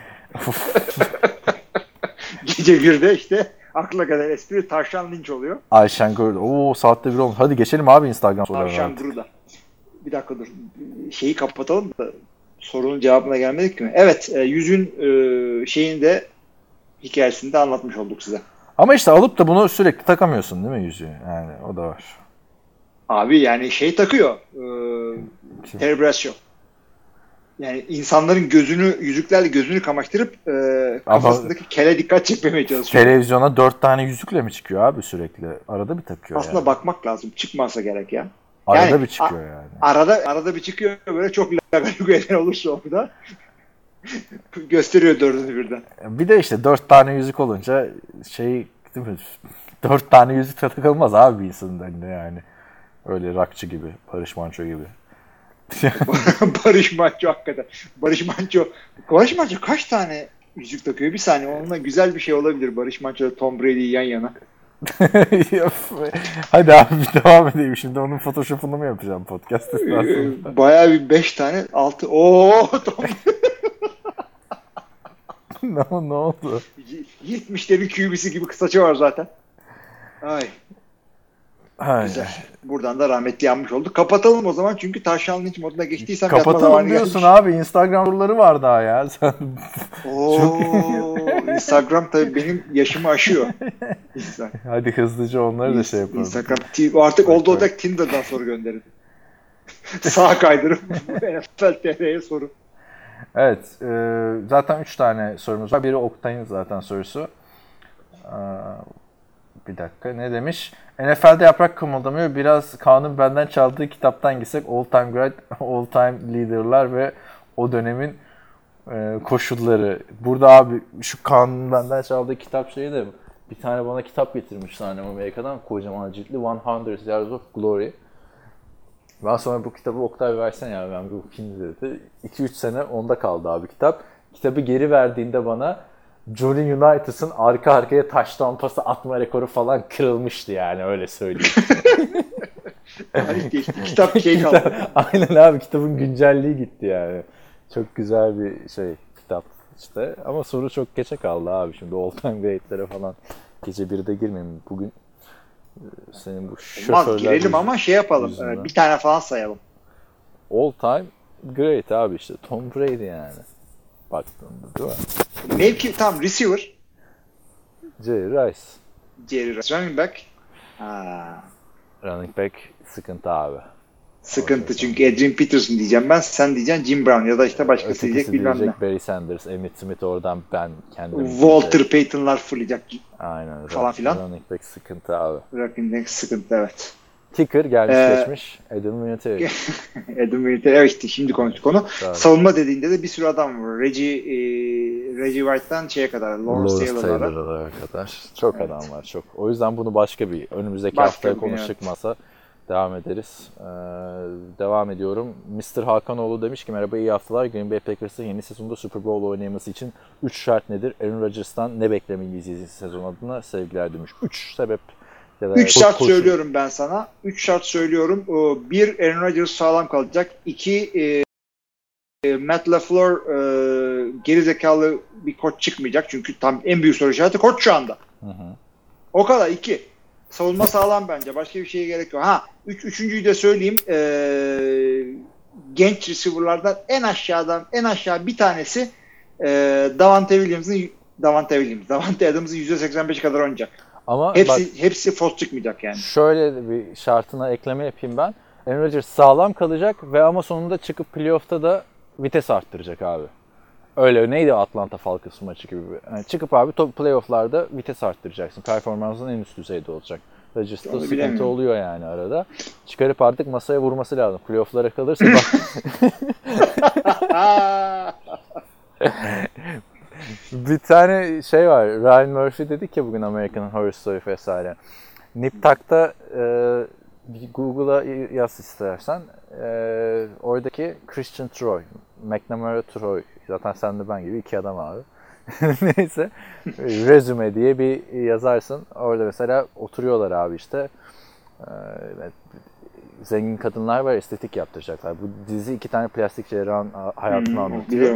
Gece 1'de işte akla gelen espri Tavşan Lynch oluyor. Ayşen Gurda. Oo saatte 1 olmuş. Hadi geçelim abi Instagram sorularına. Tavşan Gurda. Bir dakika dur. Şeyi kapatalım da sorunun cevabına gelmedik mi? Evet. Yüzün şeyini de hikayesini de anlatmış olduk size. Ama işte alıp da bunu sürekli takamıyorsun değil mi yüzüğü? Yani o da var. Abi yani takıyor. Terry Bradshaw. Yani insanların yüzüklerle gözünü kamaştırıp kafasındaki kele dikkat çekmemeye çalışıyor. Televizyona 4 tane yüzükle mi çıkıyor abi sürekli? Arada bir takıyor aslında bakmak lazım. Çıkmasa gerek ya. Arada bir çıkıyor yani. Arada bir çıkıyor böyle çok lagalugu olursa orada. Gösteriyor dördünü birden. Bir de işte 4 tane yüzük olunca değil mi? 4 tane yüzük takılmaz abi bir insanın önünde yani. Öyle rockçı gibi, Barış Manço gibi. Barış Manço hakikaten. Barış Manço kaç tane yüzük takıyor? Bir saniye onunla güzel bir şey olabilir. Barış Manço ile Tom Brady yan yana. Hadi abi devam edeyim. Şimdi onun photoshop'unu mu yapacağım podcast esnasında? Bayağı bir 5 tane 6. Ooo Tom Ne oldu? 70'lerin QB'si gibi kısaça var zaten. Ay. Güzel. Buradan da rahmetli yanmış olduk. Kapatalım o zaman çünkü Taşan Lynch moduna geçtiysem yatma Kapatalım zamanı diyorsun gelmiş. abi. Instagram soruları var daha ya. Sen... Instagram tabii benim yaşımı aşıyor. Hadi hızlıca onları da şey yapalım. Instagram artık olacak Tinder'dan soru gönderin. Sağa kaydırıp NFL TR'ye soru. Evet. Zaten 3 tane sorumuz var. Biri Oktay'ın zaten sorusu. Bir dakika. Ne demiş? NFL'de yaprak kımıldamıyor. Biraz Kaan'ın benden çaldığı kitaptan gitsek All Time Great, All Time Leader'lar ve o dönemin koşulları. Burada abi şu Kaan'ın benden çaldığı kitap şeyi de bir tane bana kitap getirmiş annem Amerika'dan. Kocaman ciltli 100 Years of Glory. Ben sonra bu kitabı Oktay versene ya ben bir okuyayım dedi. 2-3 sene onda kaldı abi kitap. Kitabı geri verdiğinde bana Johnny United'ın arka arkaya taş tampası atma rekoru falan kırılmıştı yani öyle söyleyeyim. Kitap şey kaldı. Aynen abi kitabın güncelliği gitti yani. Çok güzel bir şey kitap işte. Ama soru çok geçe kaldı abi şimdi all time great'lere falan. Gece 1'de girmeyeyim bugün. Senin bu şoförler... Girelim ama şey yapalım. Bir tane falan sayalım. All time great abi işte. Tom Brady yani. Baktığında değil mi? Mevki tam receiver. Jerry Rice. Jerry Rice. Running back. Running back sıkıntı abi. Sıkıntı çünkü Adrian Peterson diyeceğim ben. Sen diyeceksin Jim Brown ya da işte başkası diyecek bilmem ne. Barry Sanders, Emmitt Smith oradan ben kendim. Walter Payton'lar fırlayacak. Aynen. Falan filan. Running back sıkıntı abi. Running back sıkıntı evet. Kicker gelmiş geçmiş. Adam Vinatieri. Adam Vinatieri evet işte şimdi konuştuk onu. Tabii. Savunma dediğinde de bir sürü adam var. Reggie White'dan şeye kadar. Lawrence Taylor'lara kadar. Çok evet. Adam var çok. O yüzden bunu başka bir önümüzdeki haftaya konuşacak masa devam ederiz. Devam ediyorum. Mr. Hakanoğlu demiş ki merhaba iyi haftalar. Green Bay Packers'ın yeni sezonda Super Bowl oynaması için 3 şart nedir? Aaron Rodgers'tan ne beklemeliyiz sezon adına? Sevgiler demiş. 3 sebep. 3 şart söylüyorum ben sana. 3 şart söylüyorum. 1 Aaron Rodgers sağlam kalacak. 2 Matt LaFleur gerizekalı bir koç çıkmayacak. Çünkü tam en büyük soru işareti koç şu anda. Hı. O kadar. 2. Savunma sağlam bence. Başka bir şeye gerek yok. Üçüncüyü de söyleyeyim. Genç receiver'lardan en aşağı bir tanesi Davante Adams'ın %85 kadar oynayacak. Ama hepsi fos çıkmayacak yani. Şöyle bir şartına ekleme yapayım ben. Aaron Rodgers sağlam kalacak ve ama sonunda çıkıp playoff'ta da vites arttıracak abi. Öyle neydi Atlanta Falcons maçı gibi. Yani çıkıp abi playoff'larda vites arttıracaksın. Performansın en üst düzeyde olacak. Rodgers'ta sıkıntı oluyor yani arada. Çıkarıp artık masaya vurması lazım. Playoff'lara kalırsa bak. Bir tane şey var. Ryan Murphy dedik ya bugün American Horror Story vesaire. Nip-Tuck'ta Google'a yaz istersen. Oradaki Christian Troy, McNamara Troy. Zaten sen de ben gibi iki adam abi. Neyse. Resume diye bir yazarsın. Orada mesela oturuyorlar abi işte. Zengin kadınlar var estetik yaptıracaklar. Bu dizi 2 tane plastik cerrahın hayatını anlatıyor.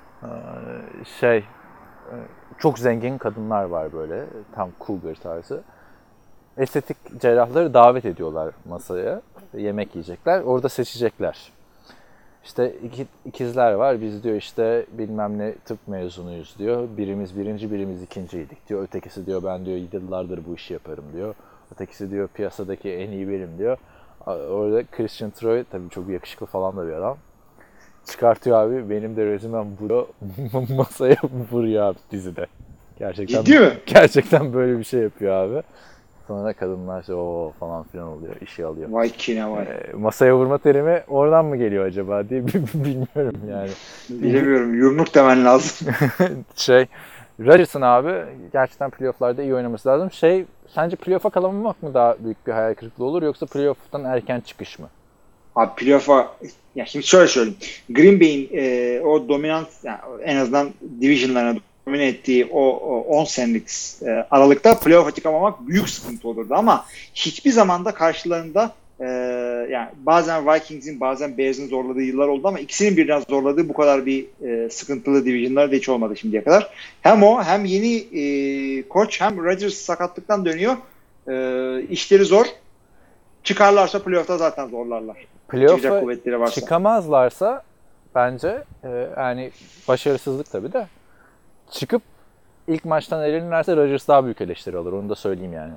Çok zengin kadınlar var böyle. Tam cougar tarzı. Estetik cerrahları davet ediyorlar masaya. Yemek yiyecekler. Orada seçecekler. İşte ikizler var. Biz diyor işte bilmem ne tıp mezunuyuz diyor. Birimiz birinci, birimiz ikinciydik diyor. Ötekisi diyor ben diyor yıllardır bu işi yaparım diyor. Ötekisi diyor piyasadaki en iyi benim diyor. Orada Christian Troy tabii çok yakışıklı falan da bir adam. Çıkartıyor abi. Benim de rezümem bu. Masaya vuruyor abi dizide. Gerçekten, ciddi mi? Gerçekten böyle bir şey yapıyor abi. Sonra kadınlar o falan filan oluyor. İşi alıyor. Vay kine vay. Masaya vurma terimi oradan mı geliyor acaba diye bilmiyorum yani. Bilemiyorum. Yumruk demen lazım. Rodgers'ın abi gerçekten playoff'larda iyi oynaması lazım. Sence playoff'a kalamamak mı daha büyük bir hayal kırıklığı olur yoksa playoff'tan erken çıkış mı? Abi playoff'a ya şimdi şöyle söyleyeyim. Green Bay'in o dominant yani en azından division'larına domine ettiği o 10 senelik aralıkta playoff'a çıkamamak büyük sıkıntı olurdu ama hiçbir zaman da karşılarında yani bazen Vikings'in bazen Bears'ın zorladığı yıllar oldu ama ikisinin birden zorladığı bu kadar bir sıkıntılı division'lar da hiç olmadı şimdiye kadar. Hem o hem yeni koç hem Rodgers sakatlıktan dönüyor. İşleri zor. Çıkarlarsa playoff'ta zaten zorlarlar. Playoff'a çıkamazlarsa bence yani başarısızlık tabii de çıkıp ilk maçtan elenirlerse Rodgers daha büyük eleştiri alır. Onu da söyleyeyim yani.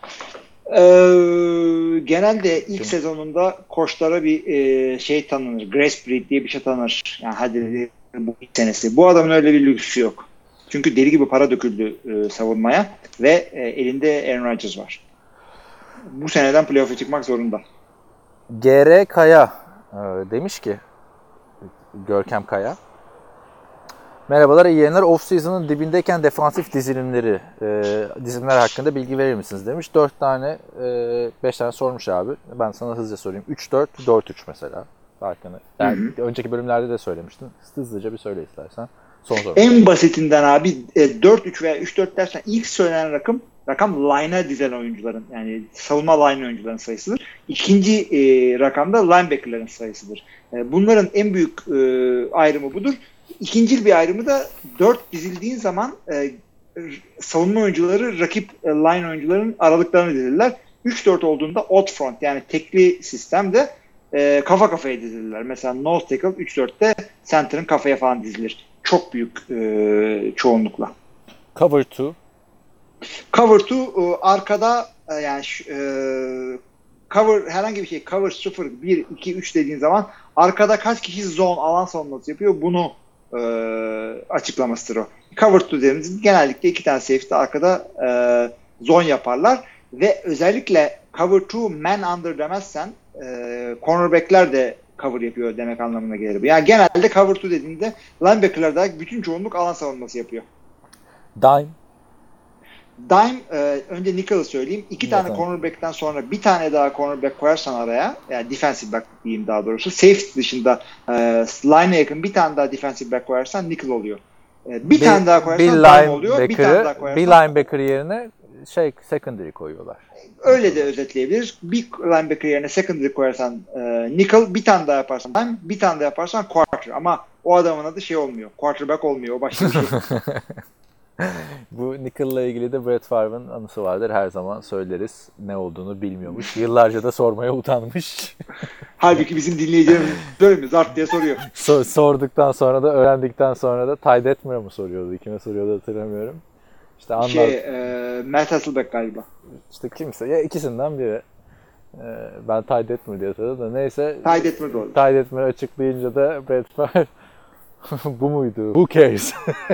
Genelde ilk sezonunda koçlara bir şey tanınır. Grace Breed diye bir şey tanınır. Yani hadi bu ilk senesi. Bu adamın öyle bir lüksü yok. Çünkü deli gibi para döküldü savunmaya ve elinde Aaron Rodgers var. Bu seneden playoff'a çıkmak zorunda. GR Kaya demiş ki Görkem Kaya. Merhabalar, iyi yayınlar. Off-season'ın dibindeyken defansif dizilimler hakkında bilgi verir misiniz demiş. 5 tane sormuş abi. Ben sana hızlıca sorayım. 3-4, 4-3 mesela. Farkını. Yani önceki bölümlerde de söylemiştin. Hızlıca bir söyle istersen. Son soru. En basitinden abi 4-3 veya 3-4 dersen ilk söylenen rakam line'a dizen oyuncuların, yani savunma line oyuncuların sayısıdır. İkinci rakamda linebacker'ların sayısıdır. Bunların en büyük ayrımı budur. İkincil bir ayrımı da 4 dizildiğin zaman savunma oyuncuları rakip line oyuncuların aralıklarını dizilirler. 3-4 olduğunda odd front, yani tekli sistemde kafa kafaya dizilirler. Mesela nose tackle 3-4'te center'ın kafaya falan dizilir. Çok büyük çoğunlukla. Cover 2. Cover 2 arkada yani cover herhangi bir şey cover 0, 1, 2, 3 dediğin zaman arkada kaç kişi zone alan savunması yapıyor, bunu açıklamasıdır o. Cover 2 dediğimiz genellikle 2 tane safety arkada zone yaparlar ve özellikle cover 2 man under demezsen cornerback'ler de cover yapıyor demek anlamına gelir. Yani genelde cover 2 dediğinde linebacker'larda bütün çoğunluk alan savunması yapıyor. Dime, önce nickel'ı söyleyeyim. 2 tane cornerback'ten sonra bir tane daha cornerback koyarsan araya, yani defensive back diyeyim daha doğrusu, safety dışında line'e yakın bir tane daha defensive back koyarsan nickel oluyor. Bir tane daha koyarsan dime oluyor. Bir tane daha koyarsan... Bir linebacker yerine secondary koyuyorlar. Öyle de özetleyebiliriz. Bir linebacker yerine secondary koyarsan nickel, bir tane daha yaparsan dime, bir tane daha yaparsan quarter. Ama o adamın adı şey olmuyor. Quarterback olmuyor. O başka bir şey. Bu nickel'la ilgili de Brett Favre'ın anısı vardır. Her zaman söyleriz. Ne olduğunu bilmiyormuş. Yıllarca da sormaya utanmış. Halbuki bizim dinleyicilerimiz böyle mi? Zart diye soruyor. Sorduktan sonra da, öğrendikten sonra da Ty Detmer mu soruyordu? Kime soruyordu hatırlamıyorum. İşte Matt Hasselbeck galiba. İşte kimse. Ya ikisinden biri. Ben Ty Detmer diye hatırladım da neyse. Ty Detmer doğru. Ty Detmer açıklayınca da Brett Favre bu muydu? Who cares?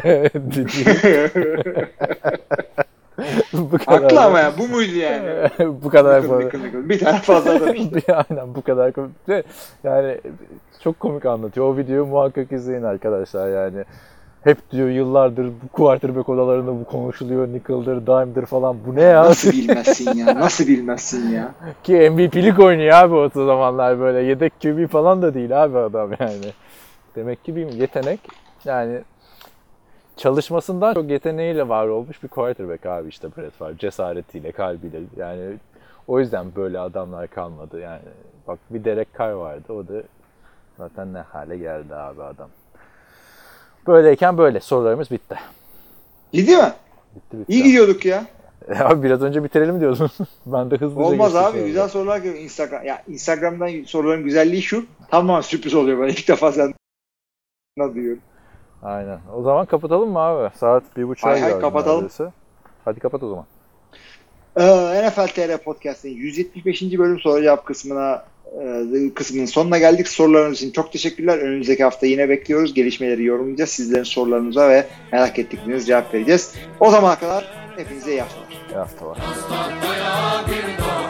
Haklı ama ya, bu muydu yani? Bu kadar nickel. Bir tane fazla da. Aynen, bu kadar komik. Yani çok komik anlatıyor. O videoyu muhakkak izleyin arkadaşlar yani. Hep diyor yıllardır bu quarterback odalarında bu konuşuluyor. Nickel'dır, dime'dır falan. Bu ne ya? Nasıl bilmezsin ya? Nasıl bilmezsin ya? Ki MVP'lik oynuyor abi o zamanlar böyle. Yedek QB falan da değil abi adam yani. Demek ki bir yetenek, yani çalışmasından çok yeteneğiyle var olmuş bir quarterback abi işte Brett Favre. Cesaretiyle, kalbiyle, yani o yüzden böyle adamlar kalmadı yani. Bak bir Derek Carr vardı, o da zaten ne hale geldi abi adam. Böyleyken böyle sorularımız bitti. Gidiyor mu? Bitti. İyi gidiyorduk ya. Abi biraz önce bitirelim diyordun. Ben de hızlıca olmaz abi sorular. Güzel sorular geliyor Instagram. Ya Instagram'dan soruların güzelliği şu. Tamamen sürpriz oluyor bana. İlk defa sen duyuyorum. Aynen. O zaman kapatalım mı abi? Saat 1.30'a geldi. Kapatalım. Neredeyse. Hadi kapat o zaman. NFL TR Podcast'ın 175. bölüm soru cevap kısmının sonuna geldik. Sorularınız için çok teşekkürler. Önümüzdeki hafta yine bekliyoruz. Gelişmeleri yorumlayacağız. Sizlerin sorularınıza ve merak ettiklerinize cevap vereceğiz. O zamana kadar hepinize iyi haftalar. İyi haftalar.